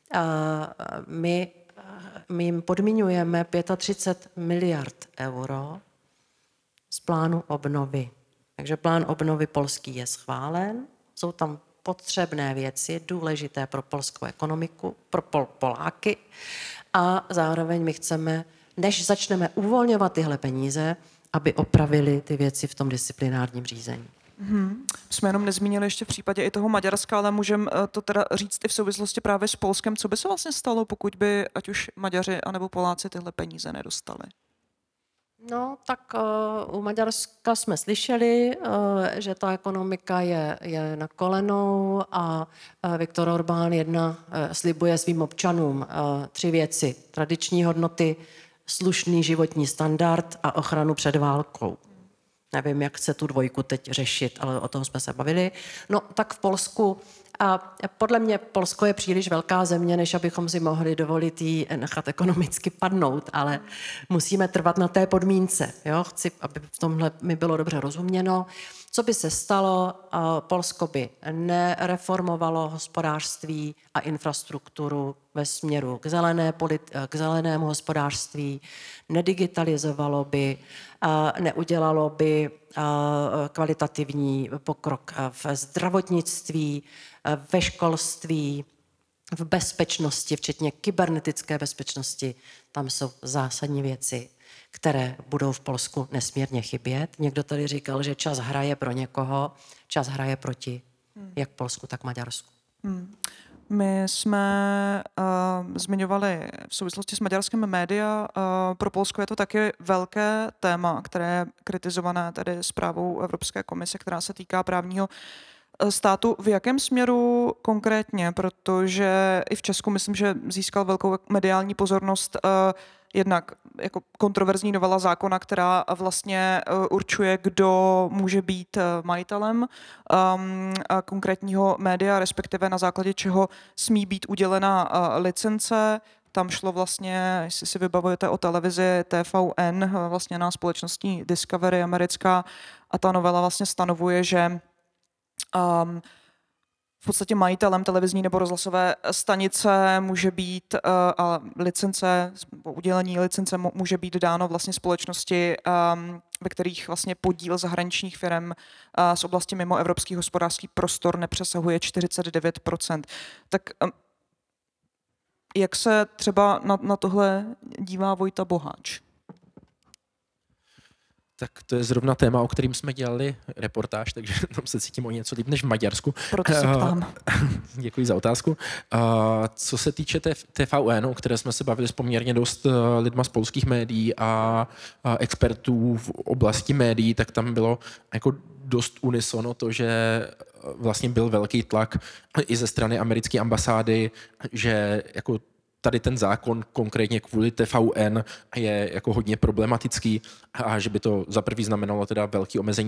my jim podmiňujeme 35 miliard euro z plánu obnovy. Takže plán obnovy polský je schválen, jsou tam potřebné věci, důležité pro polskou ekonomiku, pro Poláky a zároveň my chceme, než začneme uvolňovat tyhle peníze, aby opravili ty věci v tom disciplinárním řízení. Jsme jenom nezmínili ještě v případě i toho Maďarska, ale můžeme to teda říct i v souvislosti právě s Polskem. Co by se vlastně stalo, pokud by ať už Maďaři anebo Poláci tyhle peníze nedostali? No, tak u Maďarska jsme slyšeli, že ta ekonomika je na kolenou a Viktor Orbán slibuje svým občanům 3 věci. Tradiční hodnoty, slušný životní standard a ochranu před válkou. Nevím, jak se tu dvojku teď řešit, ale o tom jsme se bavili. No, tak v Polsku, a podle mě Polsko je příliš velká země, než abychom si mohli dovolit jí nechat ekonomicky padnout, ale musíme trvat na té podmínce. Jo? Chci, aby v tomhle mi bylo dobře rozuměno. Co by se stalo? Polsko by nereformovalo hospodářství a infrastrukturu ve směru k zelenému hospodářství, nedigitalizovalo by, neudělalo by kvalitativní pokrok v zdravotnictví, ve školství, v bezpečnosti, včetně kybernetické bezpečnosti. Tam jsou zásadní věci, které budou v Polsku nesmírně chybět. Někdo tady říkal, že čas hraje pro někoho, čas hraje proti jak Polsku, tak Maďarsku. My jsme zmiňovali v souvislosti s maďarským média. Pro Polsko je to taky velké téma, které je kritizované tedy zprávou Evropské komise, která se týká právního státu. V jakém směru konkrétně? Protože i v Česku myslím, že získal velkou mediální pozornost jednak jako kontroverzní novela zákona, která vlastně určuje, kdo může být majitelem konkrétního média, respektive na základě čeho smí být udělena licence. Tam šlo vlastně, jestli si vybavujete, o televizi TVN, vlastně na společnosti Discovery americká, a ta novela vlastně stanovuje, že v podstatě majitelem televizní nebo rozhlasové stanice může být a licence, udělení licence může být dáno vlastně společnosti, ve kterých vlastně podíl zahraničních firm z oblasti mimo evropský hospodářský prostor nepřesahuje 49%. Tak jak se třeba na tohle dívá Vojta Boháč? Tak to je zrovna téma, o kterým jsme dělali reportáž, takže tam se cítím o něco líp než v Maďarsku. Proto se ptám. Děkuji za otázku. Co se týče TVN, o které jsme se bavili s poměrně dost lidma z polských médií a expertů v oblasti médií, tak tam bylo jako dost unisono to, že vlastně byl velký tlak i ze strany americké ambasády, že jako tady ten zákon konkrétně kvůli TVN je jako hodně problematický a že by to za prvý znamenalo teda velké omezení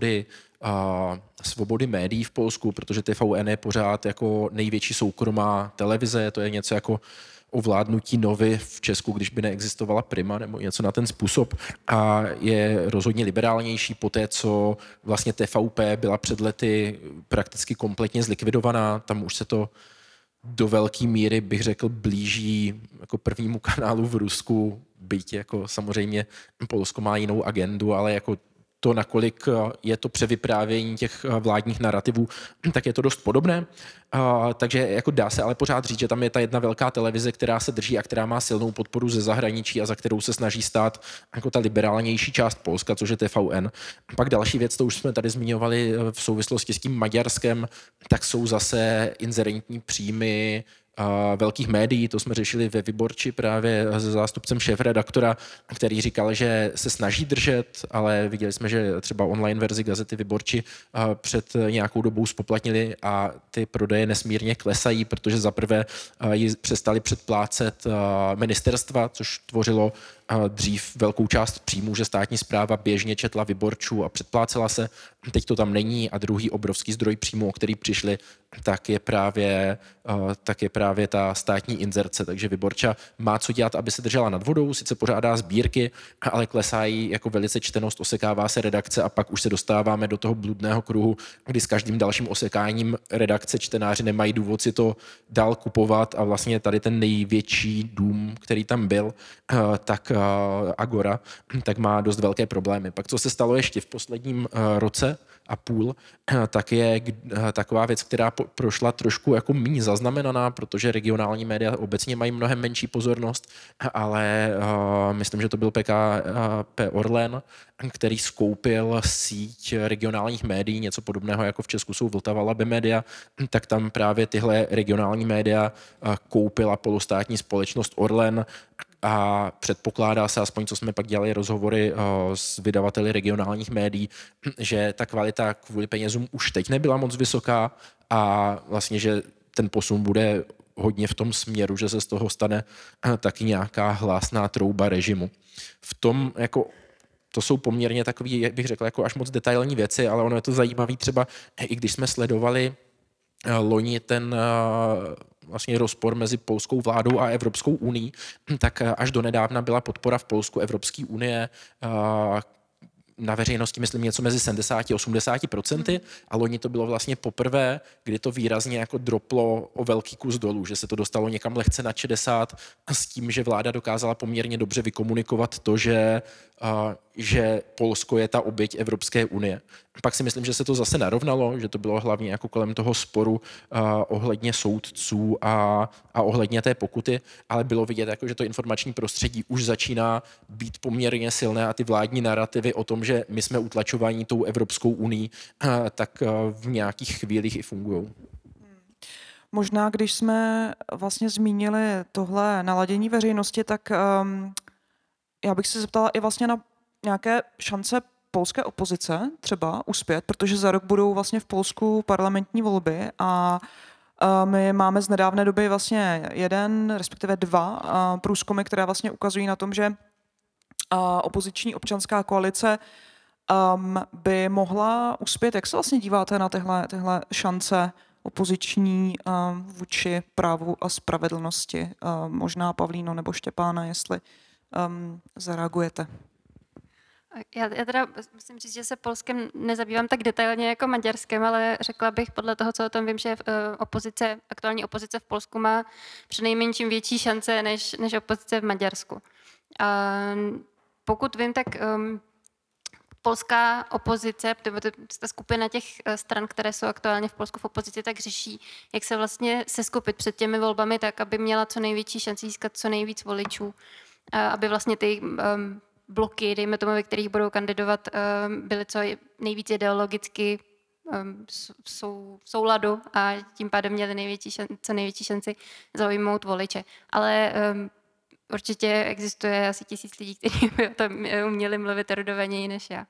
svobody médií v Polsku, protože TVN je pořád jako největší soukromá televize, to je něco jako ovládnutí Novy v Česku, když by neexistovala Prima nebo něco na ten způsob a je rozhodně liberálnější po té, co vlastně TVP byla před lety prakticky kompletně zlikvidovaná, tam už se to do velké míry, bych řekl, blíží jako prvnímu kanálu v Rusku, byť jako samozřejmě Polsko má jinou agendu, ale jako to, nakolik je to převyprávění těch vládních narrativů, tak je to dost podobné. Takže jako dá se ale pořád říct, že tam je ta jedna velká televize, která se drží a která má silnou podporu ze zahraničí a za kterou se snaží stát jako ta liberálnější část Polska, což je TVN. Pak další věc, to už jsme tady zmiňovali v souvislosti s tím Maďarskem, tak jsou zase inzerentní příjmy velkých médií, to jsme řešili ve Vyborči právě se zástupcem šéfredaktora, který říkal, že se snaží držet, ale viděli jsme, že třeba online verzi gazety Vyborči před nějakou dobou spoplatnili a ty prodeje nesmírně klesají, protože zaprvé ji přestali předplácet ministerstva, což tvořilo dřív velkou část příjmů, že státní správa běžně četla Vyborču a předplácela se. Teď to tam není a druhý obrovský zdroj příjmů, o který přišli, tak je právě ta státní inzerce. Takže Vyborča má co dělat, aby se držela nad vodou, sice pořádá sbírky, ale klesá jí jako velice čtenost, osekává se redakce a pak už se dostáváme do toho bludného kruhu, kdy s každým dalším osekáním redakce čtenáři nemají důvod si to dál kupovat a vlastně tady ten největší dům, který tam byl, tak Agora, tak má dost velké problémy. Pak co se stalo ještě v posledním roce a půl, tak je taková věc, která prošla trošku jako méně zaznamenaná, protože regionální média obecně mají mnohem menší pozornost, ale myslím, že to byl PKP Orlen, který skoupil síť regionálních médií, něco podobného jako v Česku jsou Vltava Labe média, tak tam právě tyhle regionální média koupila polostátní společnost Orlen a předpokládá se, aspoň co jsme pak dělali rozhovory s vydavateli regionálních médií, že ta kvalita kvůli penězům už teď nebyla moc vysoká a vlastně, že ten posun bude hodně v tom směru, že se z toho stane taky nějaká hlásná trouba režimu. V tom jako to jsou poměrně takový, jak bych řekl, jako až moc detailní věci, ale ono je to zajímavé třeba, i když jsme sledovali loni ten vlastně rozpor mezi polskou vládou a Evropskou unií, tak až donedávna byla podpora v Polsku Evropské unie na veřejnosti, myslím, něco mezi 70 a 80%, a loni to bylo vlastně poprvé, kdy to výrazně jako droplo o velký kus dolů, že se to dostalo někam lehce na 60 s tím, že vláda dokázala poměrně dobře vykomunikovat to, že Polsko je ta oběť Evropské unie. Pak si myslím, že se to zase narovnalo, že to bylo hlavně jako kolem toho sporu ohledně soudců a ohledně té pokuty, ale bylo vidět, jako, že to informační prostředí už začíná být poměrně silné a ty vládní narrativy o tom, že my jsme utlačováni tou Evropskou unii, tak v nějakých chvílích i fungují. Možná, když jsme vlastně zmínili tohle naladění veřejnosti, tak já bych se zeptala i vlastně na nějaké šance polské opozice třeba uspět, protože za rok budou vlastně v Polsku parlamentní volby a my máme z nedávné doby vlastně jeden, respektive dva průzkumy, které vlastně ukazují na tom, že opoziční občanská koalice by mohla uspět. Jak se vlastně díváte na tyhle šance opoziční vůči právu a spravedlnosti? Možná Pavlíno nebo Štěpána, jestli zareagujete. Já teda musím říct, že se Polskem nezabývám tak detailně jako Maďarskem, ale řekla bych podle toho, co o tom vím, že aktuální opozice v Polsku má přinejmenším větší šance než opozice v Maďarsku. Pokud vím, tak polská opozice, ta skupina těch stran, které jsou aktuálně v Polsku v opozici, tak řeší, jak se vlastně seskupit před těmi volbami tak, aby měla co největší šanci získat co nejvíc voličů, aby vlastně ty bloky, dejme tomu, ve kterých budou kandidovat, byly co nejvíc ideologicky v souladu a tím pádem měli co největší šanci zaujmout voliče. Ale určitě existuje asi 1000 lidí, kteří by o tom uměli mluvit erudovaněji než já.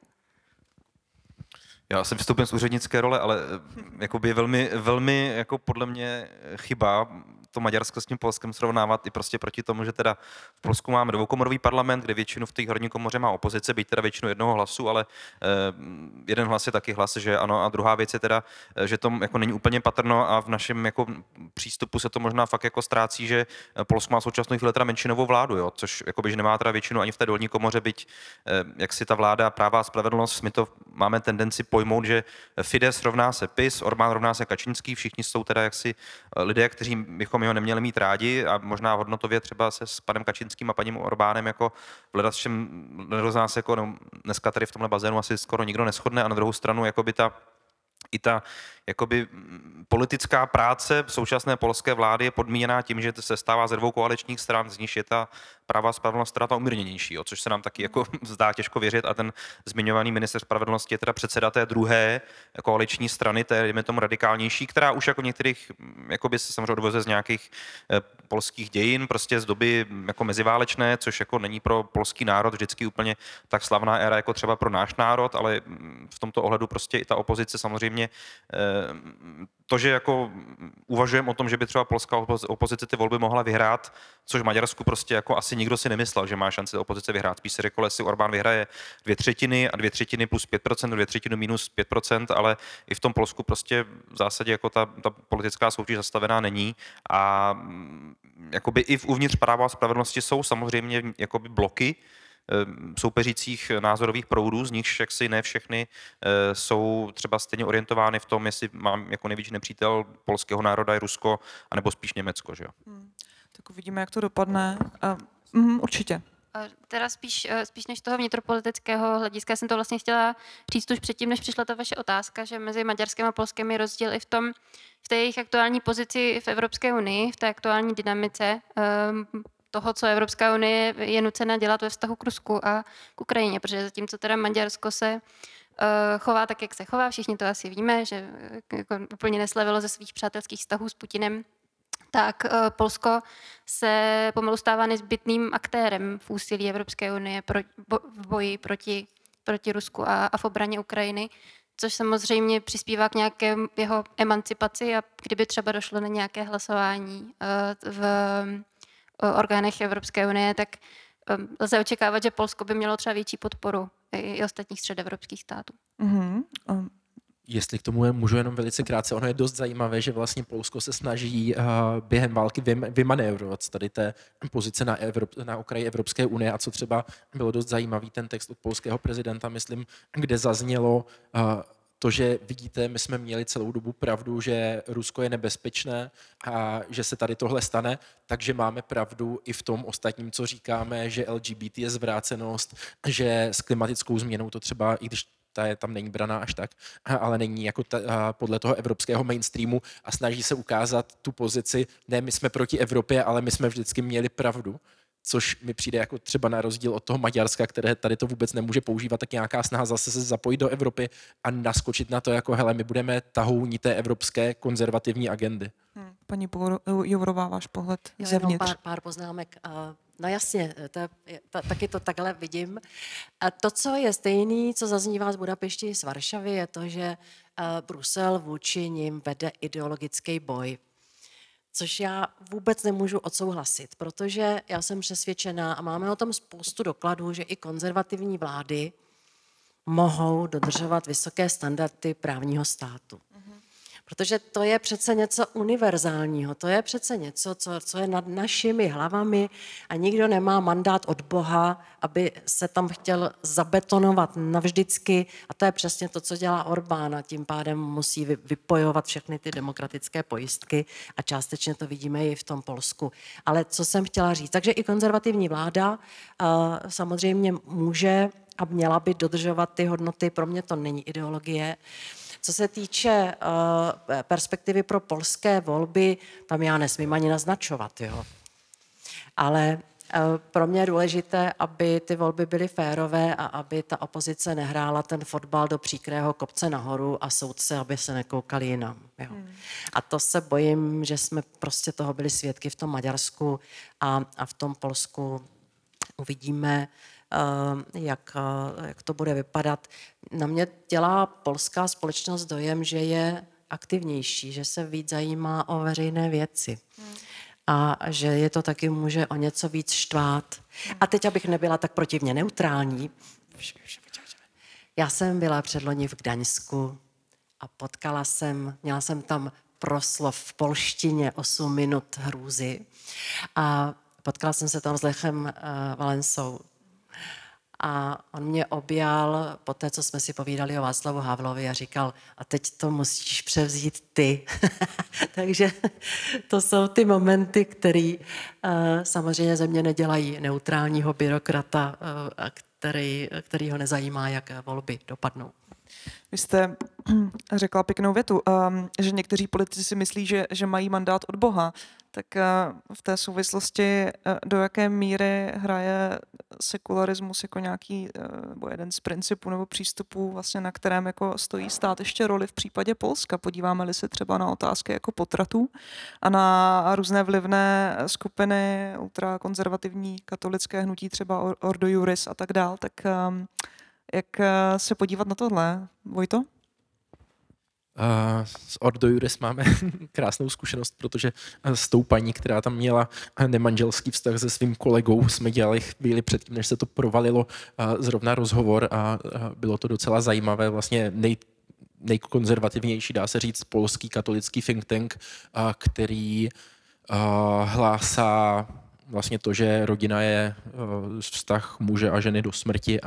Já jsem vstoupil z úřednické role, ale jakoby velmi jako podle mě chyba to Maďarsko s tím Polskem srovnávat i prostě proti tomu, že teda v Polsku máme dvoukomorový parlament, kde většinu v té horní komoře má opozice, byť teda většinu jednoho hlasu, ale jeden hlas je taky hlas, že ano, a druhá věc je teda, že to jako není úplně patrno a v našem jako přístupu se to možná fakt jako ztrácí, že Polsko má v současné chvíli teda menšinovou vládu, jo, což jakoby, že nemá teda většinu ani v té dolní komoře, byť jak si ta vláda Práva a spravedlnost, my to máme tendenci pojmout, že Fidesz rovná se PiS, Orbán rovná se Kačínský, všichni jsou teda jaksi lidé, kteří bychom ho neměli mít rádi a možná hodnotově třeba se s panem Kačínským a paním Orbánem jako v ledasčem z nás jako no, dneska tady v tomhle bazénu asi skoro nikdo neshodne a na druhou stranu jakoby ta jakoby politická práce současné polské vlády je podmíněná tím, že se stává ze 2 koaličních stran, z níž je ta Práva a spravedlnost teda ta umírněnější, jo, což se nám taky jako zdá těžko věřit a ten zmiňovaný ministr spravedlnosti je teda předseda té druhé koaliční strany, té dejme tomu radikálnější, která už jako některých jakoby se samozřejmě odvozuje z nějakých polských dějin, prostě z doby jako meziválečné, což jako není pro polský národ vždycky úplně tak slavná éra jako třeba pro náš národ, ale v tomto ohledu prostě i ta opozice samozřejmě to, že jako uvažujeme o tom, že by třeba polská opozice ty volby mohla vyhrát, což v Maďarsku prostě jako asi nikdo si nemyslel, že má šanci opozice vyhrát. Spíš se řeklo, jestli Orbán vyhraje 2/3 a 2/3 plus 5%, 2/3 minus 5%, ale i v tom Polsku prostě v zásadě jako ta politická soutěž zastavená není a jakoby i uvnitř Práva a spravedlnosti jsou samozřejmě jakoby bloky soupeřících názorových proudů, z nichž jaksi ne všechny jsou třeba stejně orientovány v tom, jestli mám jako největší nepřítel polského národa je Rusko, anebo spíš Německo, že jo? Tak uvidíme, jak to dopadne. Určitě. Teda spíš než toho vnitropolitického hlediska jsem to vlastně chtěla říct už předtím, než přišla ta vaše otázka, že mezi Maďarskem a Polskem je rozdíl i v té jejich aktuální pozici v Evropské unii, v té aktuální dynamice toho, co Evropská unie je nucena dělat ve vztahu k Rusku a k Ukrajině, protože zatímco teda Maďarsko se chová tak, jak se chová, všichni to asi víme, že jako úplně neslevilo ze svých přátelských vztahů s Putinem, tak Polsko se pomalu stává nezbytným aktérem v úsilí Evropské unie v boji proti Rusku a v obraně Ukrajiny, což samozřejmě přispívá k nějaké jeho emancipaci a kdyby třeba došlo na nějaké hlasování v orgánech Evropské unie, tak lze očekávat, že Polsko by mělo třeba větší podporu i ostatních středoevropských států. Jestli k tomu můžu jenom velice krátce, ono je dost zajímavé, že vlastně Polsko se snaží během války vymanévrovat tady té pozice na okraji Evropské unie a co třeba bylo dost zajímavý ten text od polského prezidenta, myslím, kde zaznělo to, že vidíte, my jsme měli celou dobu pravdu, že Rusko je nebezpečné a že se tady tohle stane, takže máme pravdu i v tom ostatním, co říkáme, že LGBT je zvrácenost, že s klimatickou změnou to třeba, i když tam není braná až tak, ale není jako podle toho evropského mainstreamu a snaží se ukázat tu pozici, ne my jsme proti Evropě, ale my jsme vždycky měli pravdu, což mi přijde jako třeba na rozdíl od toho Maďarska, které tady to vůbec nemůže používat, tak nějaká snaha zase se zapojit do Evropy a naskočit na to jako hele, my budeme tahouní té evropské konzervativní agendy. Paní Jourová, váš pohled zevnitř. Pár poznámek. No jasně, taky to takhle vidím. A to, co je stejný, co zaznívá z Budapešti, z Varšavy, je to, že Brusel vůči nim vede ideologický boj. Což já vůbec nemůžu odsouhlasit, protože já jsem přesvědčená a máme o tom spoustu dokladů, že i konzervativní vlády mohou dodržovat vysoké standardy právního státu. Protože to je přece něco univerzálního, to je přece něco, co je nad našimi hlavami a nikdo nemá mandát od Boha, aby se tam chtěl zabetonovat navždycky a to je přesně to, co dělá Orbán a tím pádem musí vypojovat všechny ty demokratické pojistky a částečně to vidíme i v tom Polsku. Ale co jsem chtěla říct, takže i konzervativní vláda samozřejmě může a měla by dodržovat ty hodnoty, pro mě to není ideologie. Co se týče perspektivy pro polské volby, tam já nesmím ani naznačovat, jo. Ale Pro mě je důležité, aby ty volby byly férové a aby ta opozice nehrála ten fotbal do příkrého kopce nahoru a soudce, aby se nekoukali jinam. Jo. A to se bojím, že jsme prostě toho byli svědky v tom Maďarsku a v tom Polsku. Uvidíme, jak to bude vypadat. Na mě dělá polská společnost dojem, že je aktivnější, že se víc zajímá o veřejné věci. A že je to taky může o něco víc štvát. A teď, abych nebyla tak protivně neutrální, já jsem byla předloni v Gdaňsku a měla jsem tam proslov v polštině 8 minut hrůzy a potkala jsem se tam s Lechem Walesou. A on mě objal po té, co jsme si povídali o Václavu Havlovi a říkal, a teď to musíš převzít ty. Takže to jsou ty momenty, které samozřejmě ze mě nedělají neutrálního byrokrata, který ho nezajímá, jak volby dopadnou. Vy jste řekla pěknou větu, že někteří politici si myslí, že mají mandát od Boha. Tak v té souvislosti, do jaké míry hraje sekularismus jako nějaký, nebo jeden z principů nebo přístupů, vlastně, na kterém jako stojí stát ještě roli v případě Polska. Podíváme-li se třeba na otázky jako potratů a na různé vlivné skupiny, ultrakonzervativní katolické hnutí, třeba Ordo Iuris a tak dál, tak jak se podívat na tohle? Vojto? S Ordo Iuris máme krásnou zkušenost, protože s tou paní, která tam měla nemanželský vztah se svým kolegou, jsme dělali chvíli předtím, než se to provalilo, zrovna rozhovor a bylo to docela zajímavé. Vlastně nejkonzervativnější, dá se říct, polský katolický think tank, který hlásá vlastně to, že rodina je vztah muže a ženy do smrti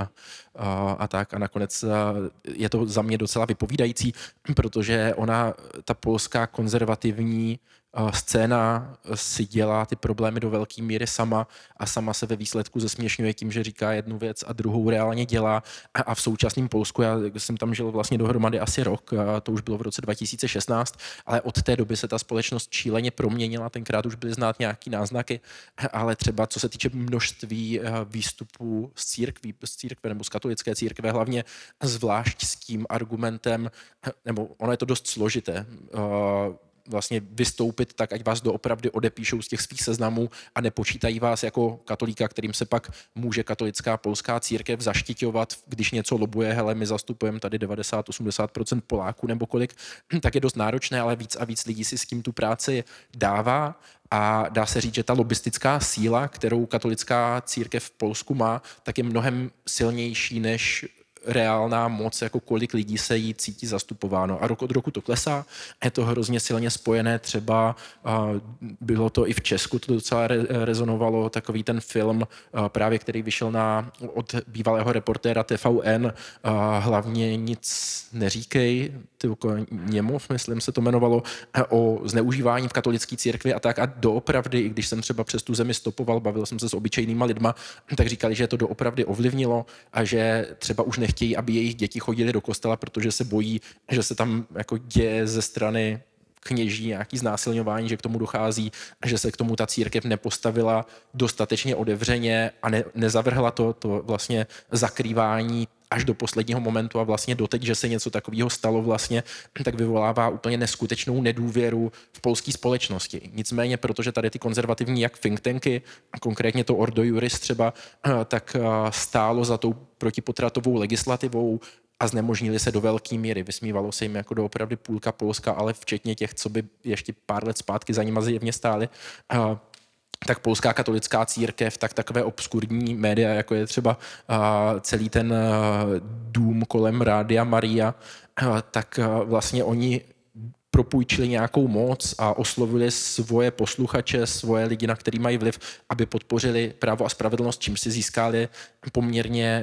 a tak. A nakonec je to za mě docela vypovídající, protože ta polská konzervativní scéna si dělá ty problémy do velké míry sama a sama se ve výsledku zesměšňuje tím, že říká jednu věc a druhou reálně dělá. A v současném Polsku, já jsem tam žil vlastně dohromady asi rok, a to už bylo v roce 2016, ale od té doby se ta společnost šíleně proměnila, tenkrát už byly znát nějaký náznaky, ale třeba co se týče množství výstupů z církve nebo z katolické církve, hlavně zvlášť s tím argumentem, nebo ono je to dost složité, vlastně vystoupit tak, ať vás doopravdy odepíšou z těch svých seznamů a nepočítají vás jako katolíka, kterým se pak může katolická polská církev zaštiťovat, když něco lobuje, hele, my zastupujeme tady 90-80% Poláků nebo kolik, tak je dost náročné, ale víc a víc lidí si s tím tu práci dává a dá se říct, že ta lobistická síla, kterou katolická církev v Polsku má, tak je mnohem silnější než reálná moc, jako kolik lidí se jí cítí zastupováno. A rok od roku to klesá. Je to hrozně silně spojené. Třeba bylo to i v Česku, to docela rezonovalo, takový ten film, právě který vyšel od bývalého reportéra TVN, hlavně Nic neříkej, Tylko Němov, myslím se to jmenovalo, o zneužívání v katolické církvi a tak. A doopravdy, i když jsem třeba přes tu zemi stopoval, bavil jsem se s obyčejnýma lidma, tak říkali, že to doopravdy ovlivnilo a že třeba už nechtějí, aby jejich děti chodili do kostela, protože se bojí, že se tam jako děje ze strany kněží nějaký znásilňování, že k tomu dochází, že se k tomu ta církev nepostavila dostatečně otevřeně a nezavrhla to vlastně zakrývání až do posledního momentu a vlastně doteď, že se něco takového stalo vlastně, tak vyvolává úplně neskutečnou nedůvěru v polské společnosti. Nicméně, protože tady ty konzervativní jak think tanky, konkrétně to Ordo Iuris třeba, tak stálo za tou protipotratovou legislativou a znemožnili se do velké míry. Vysmívalo se jim jako doopravdy půlka Polska, ale včetně těch, co by ještě pár let zpátky za nima zjevně stáli. Tak polská katolická církev, tak takové obskurní média, jako je třeba celý ten dům kolem Rádia Maria, tak vlastně oni propůjčili nějakou moc a oslovili svoje posluchače, svoje lidi, na který mají vliv, aby podpořili Právo a spravedlnost, čím si získali poměrně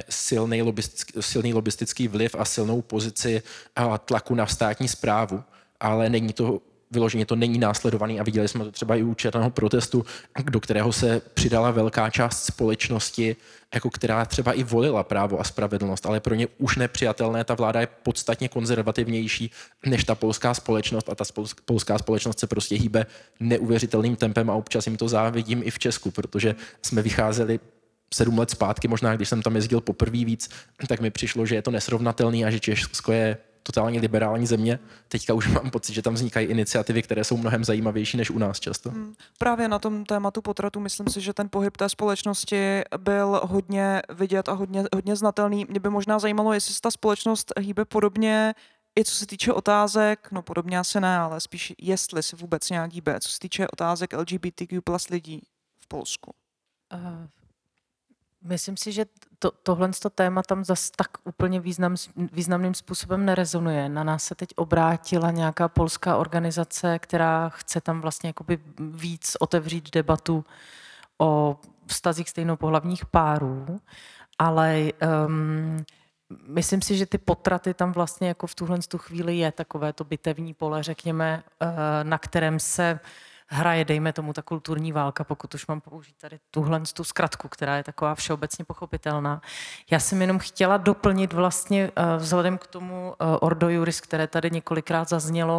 silný lobistický vliv a silnou pozici tlaku na státní správu. Ale není to vyloženě to není následovaný a viděli jsme to třeba i u černého protestu, do kterého se přidala velká část společnosti, jako která třeba i volila Právo a spravedlnost, ale pro ně už nepřijatelné. Ta vláda je podstatně konzervativnější než ta polská společnost a ta polská společnost se prostě hýbe neuvěřitelným tempem a občas jim to závidím i v Česku, protože jsme vycházeli 7 let zpátky, možná když jsem tam jezdil poprvé víc, tak mi přišlo, že je to nesrovnatelný a že Česko je totálně liberální země. Teďka už mám pocit, že tam vznikají iniciativy, které jsou mnohem zajímavější než u nás často. Právě na tom tématu potratu myslím si, že ten pohyb té společnosti byl hodně vidět a hodně znatelný. Mě by možná zajímalo, jestli se ta společnost hýbe podobně, i co se týče otázek, no podobně asi ne, ale spíš jestli se vůbec nějak hýbe, co se týče otázek LGBTQ plus lidí v Polsku. Myslím si, že tohle téma tam zas tak úplně významným způsobem nerezonuje. Na nás se teď obrátila nějaká polská organizace, která chce tam vlastně jakoby víc otevřít debatu o vztazích stejnopohlavních párů, ale myslím si, že ty potraty tam vlastně jako v tuhle chvíli je takové to bitevní pole, řekněme, na kterém se hraje, dejme tomu, ta kulturní válka, pokud už mám použít tady tu zkratku, která je taková všeobecně pochopitelná. Já jsem jenom chtěla doplnit vlastně vzhledem k tomu Ordo Iuris, které tady několikrát zaznělo,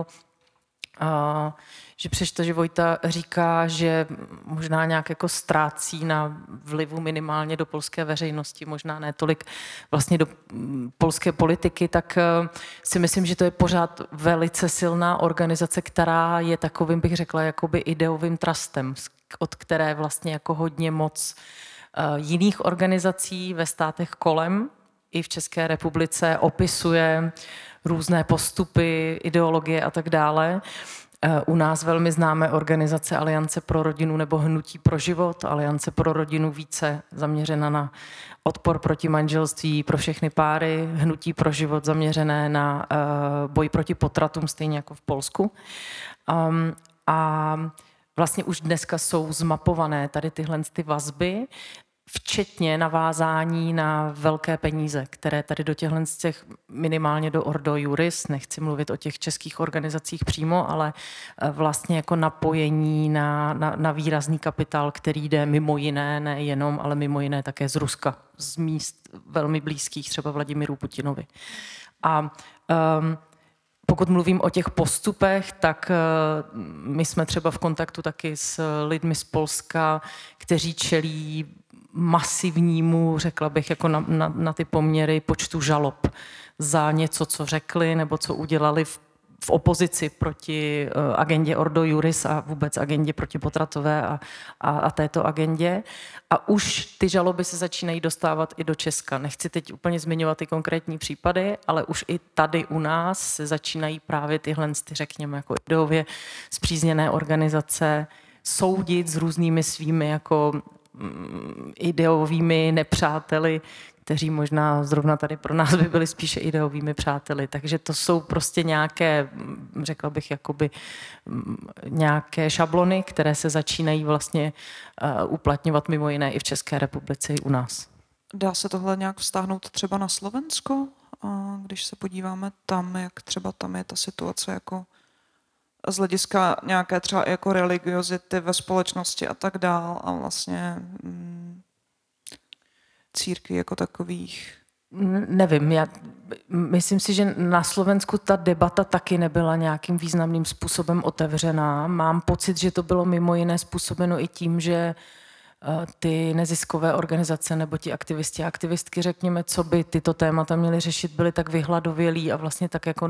že přesto, že Vojta říká, že možná nějak jako ztrácí na vlivu minimálně do polské veřejnosti, možná ne tolik vlastně do polské politiky, tak si myslím, že to je pořád velice silná organizace, která je takovým, bych řekla, jakoby ideovým trustem, od které vlastně jako hodně moc jiných organizací ve státech kolem i v České republice opisuje různé postupy, ideologie a tak dále. U nás velmi známe organizace Aliance pro rodinu nebo Hnutí pro život. Aliance pro rodinu více zaměřena na odpor proti manželství pro všechny páry, Hnutí pro život zaměřené na boj proti potratům, stejně jako v Polsku. A vlastně už dneska jsou zmapované tady tyhle vazby, včetně navázání na velké peníze, které tady do těchto minimálně do Ordo Iuris, nechci mluvit o těch českých organizacích přímo, ale vlastně jako napojení na výrazný kapitál, který jde mimo jiné, nejenom, ale mimo jiné také z Ruska, z míst velmi blízkých, třeba Vladimiru Putinovi. A pokud mluvím o těch postupech, tak my jsme třeba v kontaktu taky s lidmi z Polska, kteří čelí masivnímu, řekla bych, jako na ty poměry počtu žalob za něco, co řekli nebo co udělali v opozici proti agendě Ordo Iuris a vůbec agendě protipotratové a této agendě. A už ty žaloby se začínají dostávat i do Česka. Nechci teď úplně zmiňovat ty konkrétní případy, ale už i tady u nás se začínají právě tyhle, řekněme, jako ideově spřízněné organizace soudit s různými svými jako ideovými nepřáteli, kteří možná zrovna tady pro nás by byli spíše ideovými přáteli. Takže to jsou prostě nějaké, řekla bych, jakoby nějaké šablony, které se začínají vlastně uplatňovat mimo jiné i v České republice, i u nás. Dá se tohle nějak vztáhnout třeba na Slovensko? A když se podíváme tam, jak třeba tam je ta situace jako z hlediska nějaké třeba jako religiozity ve společnosti a tak dál a vlastně církví jako takových? Nevím, já myslím si, že na Slovensku ta debata taky nebyla nějakým významným způsobem otevřená. Mám pocit, že to bylo mimo jiné způsobeno i tím, že ty neziskové organizace nebo ti aktivisti a aktivistky, řekněme, co by tyto témata měly řešit, byly tak vyhladovělí a vlastně tak jako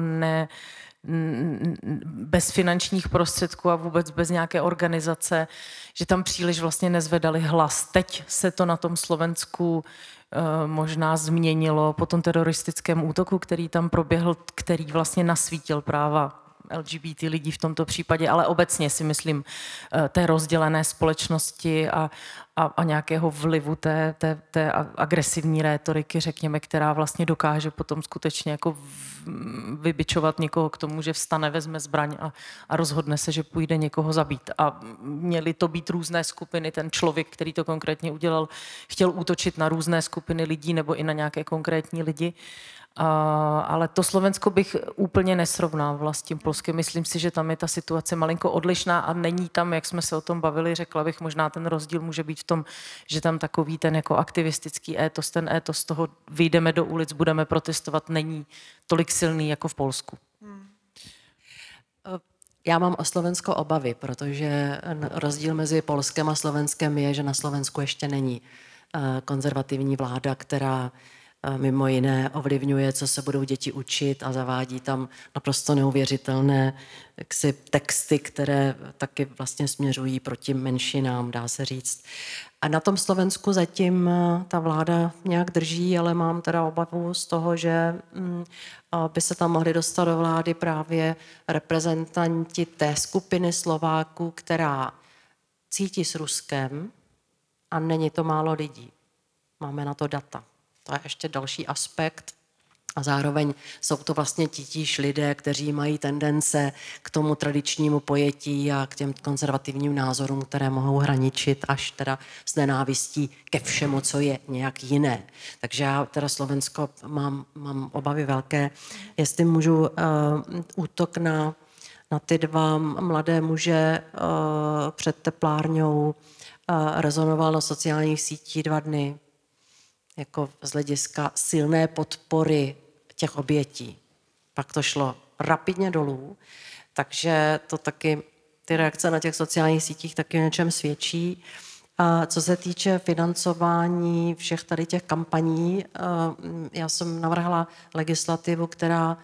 bez finančních prostředků a vůbec bez nějaké organizace, že tam příliš vlastně nezvedali hlas. Teď se to na tom Slovensku možná změnilo po tom teroristickém útoku, který tam proběhl, který vlastně nasvítil práva LGBT lidí v tomto případě, ale obecně si myslím té rozdělené společnosti a nějakého vlivu té agresivní rétoriky, řekněme, která vlastně dokáže potom skutečně jako vybičovat někoho k tomu, že vstane, vezme zbraň a rozhodne se, že půjde někoho zabít. A měly to být různé skupiny, ten člověk, který to konkrétně udělal, chtěl útočit na různé skupiny lidí nebo i na nějaké konkrétní lidi. Ale to Slovensko bych úplně nesrovnávala s tím Polskem. Myslím si, že tam je ta situace malinko odlišná a není tam, jak jsme se o tom bavili, řekla bych, možná ten rozdíl může být v tom, že tam takový ten jako aktivistický étos, ten étos toho vyjdeme do ulic, budeme protestovat, není tolik silný jako v Polsku. Já mám o Slovensko obavy, protože rozdíl mezi Polskem a Slovenskem je, že na Slovensku ještě není konzervativní vláda, která mimo jiné ovlivňuje, co se budou děti učit a zavádí tam naprosto neuvěřitelné texty, které taky vlastně směřují proti menšinám, dá se říct. A na tom Slovensku zatím ta vláda nějak drží, ale mám teda obavu z toho, že by se tam mohli dostat do vlády právě reprezentanti té skupiny Slováků, která cítí s Ruskem a není to málo lidí. Máme na to data. To je ještě další aspekt. A zároveň jsou to vlastně titíž lidé, kteří mají tendence k tomu tradičnímu pojetí a k těm konzervativním názorům, které mohou hraničit až teda s nenávistí ke všemu, co je nějak jiné. Takže já teda Slovensko mám obavy velké. Jestli můžu útok na ty dva mladé muže před teplárňou rezonoval na sociálních sítích 2 dny. Jako z hlediska silné podpory těch obětí. Pak to šlo rapidně dolů, takže to taky, ty reakce na těch sociálních sítích taky o něčem svědčí. A co se týče financování všech tady těch kampaní, já jsem navrhla legislativu, která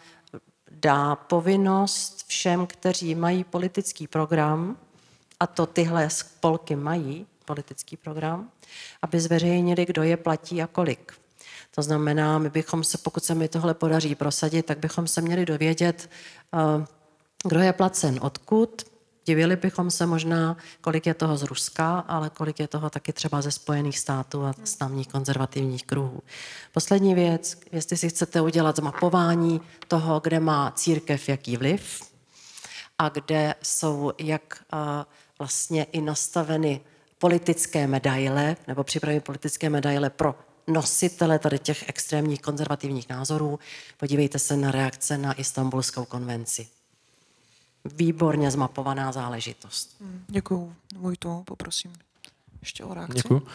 dá povinnost všem, kteří mají politický program, a to tyhle spolky mají politický program, aby zveřejnili, kdo je platí a kolik. To znamená, my bychom se, pokud se mi tohle podaří prosadit, tak bychom se měli dovědět, kdo je placen odkud. Divili bychom se možná, kolik je toho z Ruska, ale kolik je toho taky třeba ze Spojených států a z tamních konzervativních kruhů. Poslední věc, jestli si chcete udělat zmapování toho, kde má církev jaký vliv a kde jsou jak vlastně i nastaveny politické medaile, nebo připravit politické medaile pro nositele tady těch extrémních konzervativních názorů. Podívejte se na reakce na Istanbulskou konvenci. Výborně zmapovaná záležitost. Děkuju. Vojto, poprosím ještě o reakci. Děkuju.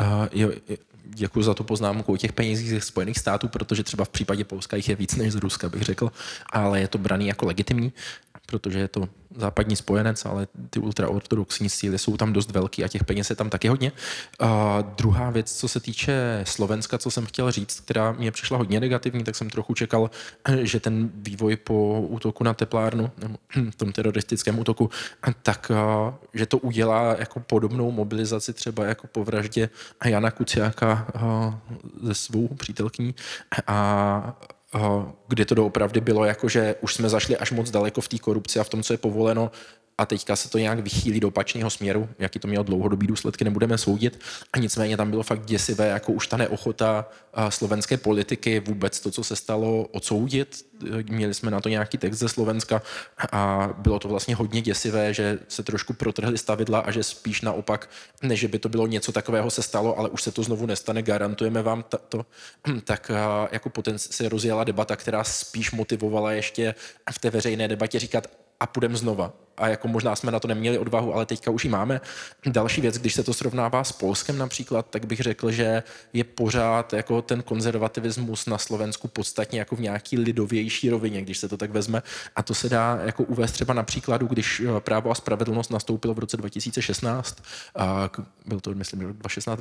Děkuji za tu poznámku o těch penězích ze Spojených států, protože třeba v případě Polska jich je víc než z Ruska, bych řekl, ale je to braný jako legitimní, protože je to západní spojenec, ale ty ultraortodoxní síly jsou tam dost velký a těch peněz je tam taky hodně. Druhá věc, co se týče Slovenska, co jsem chtěl říct, která mě přišla hodně negativní, tak jsem trochu čekal, že ten vývoj po útoku na teplárnu, nebo tom teroristickém útoku, tak že to udělá jako podobnou mobilizaci třeba jako po vraždě Jana Kuciaka ze svou přítelkyní a kde to doopravdy bylo jako, že už jsme zašli až moc daleko v té korupci a v tom, co je povoleno a teďka se to nějak vychýlí do opačného směru, jaký to mělo dlouhodobý důsledky, nebudeme soudit. A nicméně tam bylo fakt děsivé, jako už ta neochota slovenské politiky vůbec to, co se stalo, odsoudit. Měli jsme na to nějaký text ze Slovenska a bylo to vlastně hodně děsivé, že se trošku protrhly stavidla a že spíš naopak, než by to bylo něco takového se stalo, ale už se to znovu nestane, garantujeme vám to, tak jako potom se rozjela debata, která spíš motivovala ještě v té veřejné debatě říkat a půjdeme znova. A jako možná jsme na to neměli odvahu, ale teďka už ji máme. Další věc, když se to srovnává s Polskem například, tak bych řekl, že je pořád jako ten konzervativismus na Slovensku podstatně jako v nějaký lidovější rovině, když se to tak vezme. A to se dá jako uvést třeba na příkladu, když Právo a spravedlnost nastoupilo v roce 2016, byl to, myslím, 2016,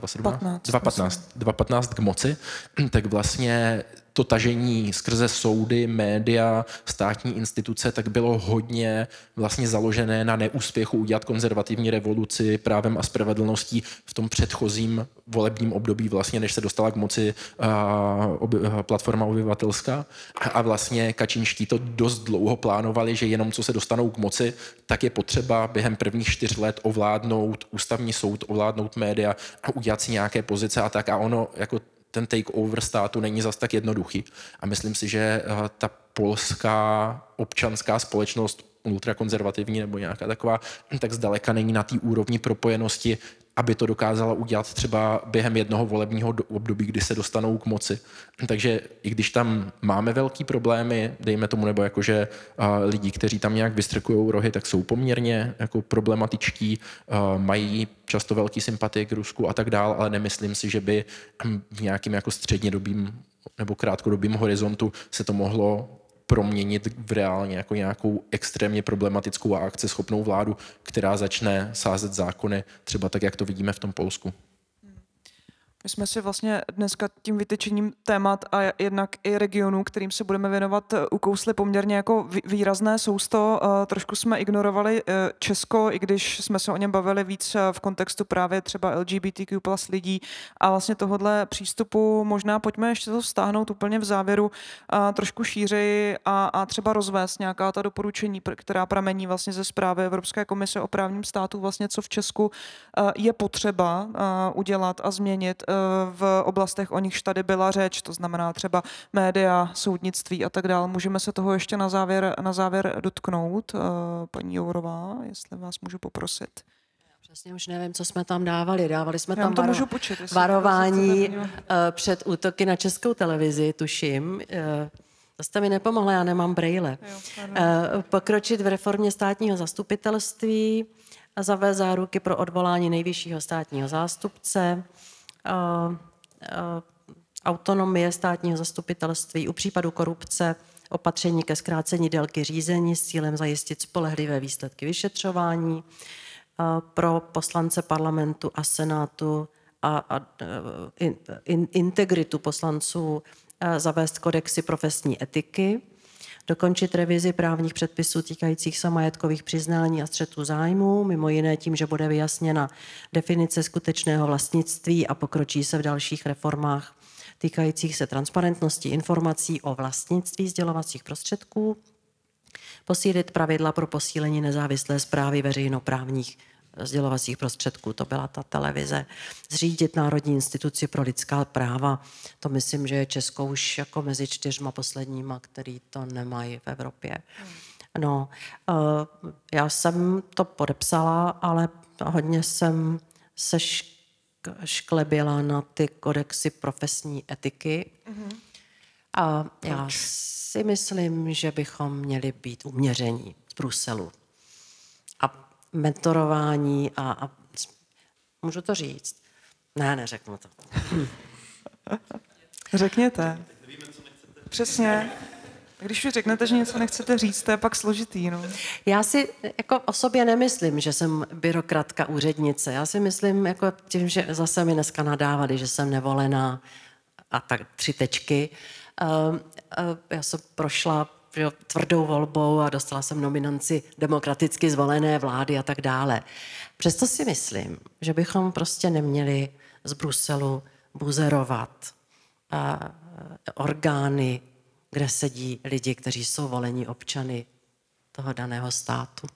2015 k moci, tak vlastně to tažení skrze soudy, média, státní instituce, tak bylo hodně vlastně založené na neúspěchu udělat konzervativní revoluci právem a spravedlností v tom předchozím volebním období, vlastně než se dostala k moci platforma obyvatelská. A vlastně kačínští to dost dlouho plánovali, že jenom co se dostanou k moci, tak je potřeba během prvních 4 let ovládnout ústavní soud, ovládnout média a udělat si nějaké pozice a tak. A ono jako ten takeover státu není zas tak jednoduchý. A myslím si, že ta polská občanská společnost ultrakonzervativní nebo nějaká taková, tak zdaleka není na té úrovni propojenosti aby to dokázala udělat třeba během jednoho volebního období, kdy se dostanou k moci. Takže i když tam máme velký problémy, dejme tomu, nebo jakože lidi, kteří tam nějak vystrkují rohy, tak jsou poměrně jako problematičtí, mají často velký sympatie k Rusku a tak dál, ale nemyslím si, že by v nějakým jako střednědobým nebo krátkodobým horizontu se to mohlo proměnit v reálně jako nějakou extrémně problematickou a akceschopnou vládu, která začne sázet zákony, třeba tak, jak to vidíme v tom Polsku. My jsme si vlastně dneska tím vytyčením témat a jednak i regionů, kterým se budeme věnovat, ukousli poměrně jako výrazné sousto. Trošku jsme ignorovali Česko, i když jsme se o něm bavili víc v kontextu právě třeba LGBTQ plus lidí a vlastně tohodle přístupu možná pojďme ještě to vztáhnout úplně v závěru trošku šířeji a třeba rozvést nějaká ta doporučení, která pramení vlastně ze zprávy Evropské komise o právním státu, vlastně co v Česku je potřeba udělat a změnit v oblastech, o nichž tady byla řeč, to znamená třeba média, soudnictví a tak dále. Můžeme se toho ještě na závěr dotknout. Paní Jourová, jestli vás můžu poprosit. Přesně už nevím, co jsme tam dávali. Dávali jsme tam varování před útoky na Českou televizi, tuším. To jste mi nepomohla, já nemám brejle. Pokročit v reformě státního zastupitelství, zavést záruky pro odvolání nejvyššího státního zástupce, autonomie státního zastupitelství u případu korupce, opatření ke zkrácení délky řízení s cílem zajistit spolehlivé výsledky vyšetřování, pro poslance parlamentu a senátu a integritu poslanců zavést kodexy profesní etiky, dokončit revizi právních předpisů týkajících se majetkových přiznání a střetu zájmů, mimo jiné tím, že bude vyjasněna definice skutečného vlastnictví a pokročí se v dalších reformách týkajících se transparentnosti informací o vlastnictví sdělovacích prostředků, posílit pravidla pro posílení nezávislé správy veřejnoprávních sdělovacích prostředků, to byla ta televize, zřídit Národní instituci pro lidská práva, to myslím, že je Česko už jako mezi 4 posledníma, který to nemají v Evropě. No, já jsem to podepsala, ale hodně jsem se šklebila na ty kodexy profesní etiky. A já si myslím, že bychom měli být uměření z Bruselu. A mentorování a můžu to říct? Ne, neřeknu to. Řekněte. Přesně. Když vy řeknete, že něco nechcete říct, to je pak složitý. No. Já si jako o sobě nemyslím, že jsem byrokratka, úřednice. Já si myslím, jako tím, že zase mi dneska nadávali, že jsem nevolená a tak 3 tečky. Já jsem prošla tvrdou volbou a dostala jsem nominaci demokraticky zvolené vlády a tak dále. Přesto si myslím, že bychom prostě neměli z Bruselu buzerovat orgány, kde sedí lidi, kteří jsou volení občany toho daného státu.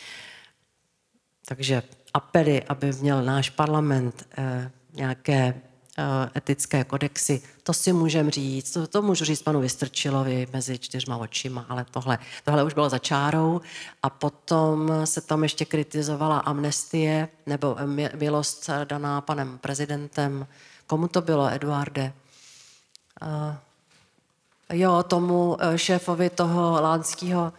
Takže apely, aby měl náš parlament nějaké etické kodexy, to si můžeme říct, to můžu říct panu Vystrčilovi mezi 4 očima, ale tohle už bylo za čárou a potom se tam ještě kritizovala amnestie nebo milost daná panem prezidentem. Komu to bylo, Eduarde? Tomu šéfovi toho lánského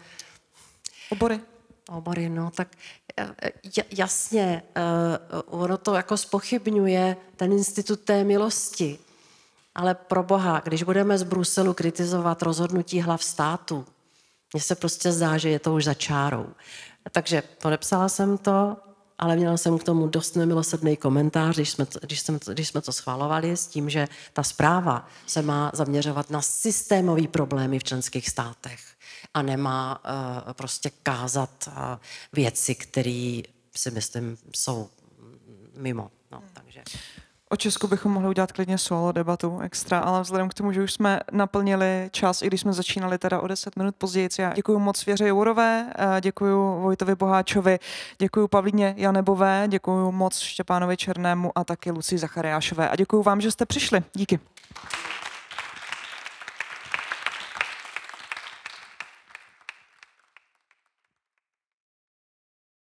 Obory, no, tak jasně, ono to jako zpochybňuje ten institut té milosti. Ale pro Boha, když budeme z Bruselu kritizovat rozhodnutí hlav státu, mně se prostě zdá, že je to už za čárou. Takže podepsala jsem to, ale měla jsem k tomu dost nemilosrdný komentář, když jsme to schvalovali s tím, že ta zpráva se má zaměřovat na systémové problémy v členských státech a nemá prostě kázat věci, které si myslím jsou mimo. No, takže. O Česku bychom mohli udělat klidně solo debatu extra, ale vzhledem k tomu, že už jsme naplnili čas, i když jsme začínali teda o 10 minut později. Já děkuji moc Věře Jourové, děkuji Vojtovi Boháčovi, děkuji Pavlíně Janebové, děkuji moc Štěpánovi Černému a taky Lucii Zachariášové a děkuji vám, že jste přišli. Díky.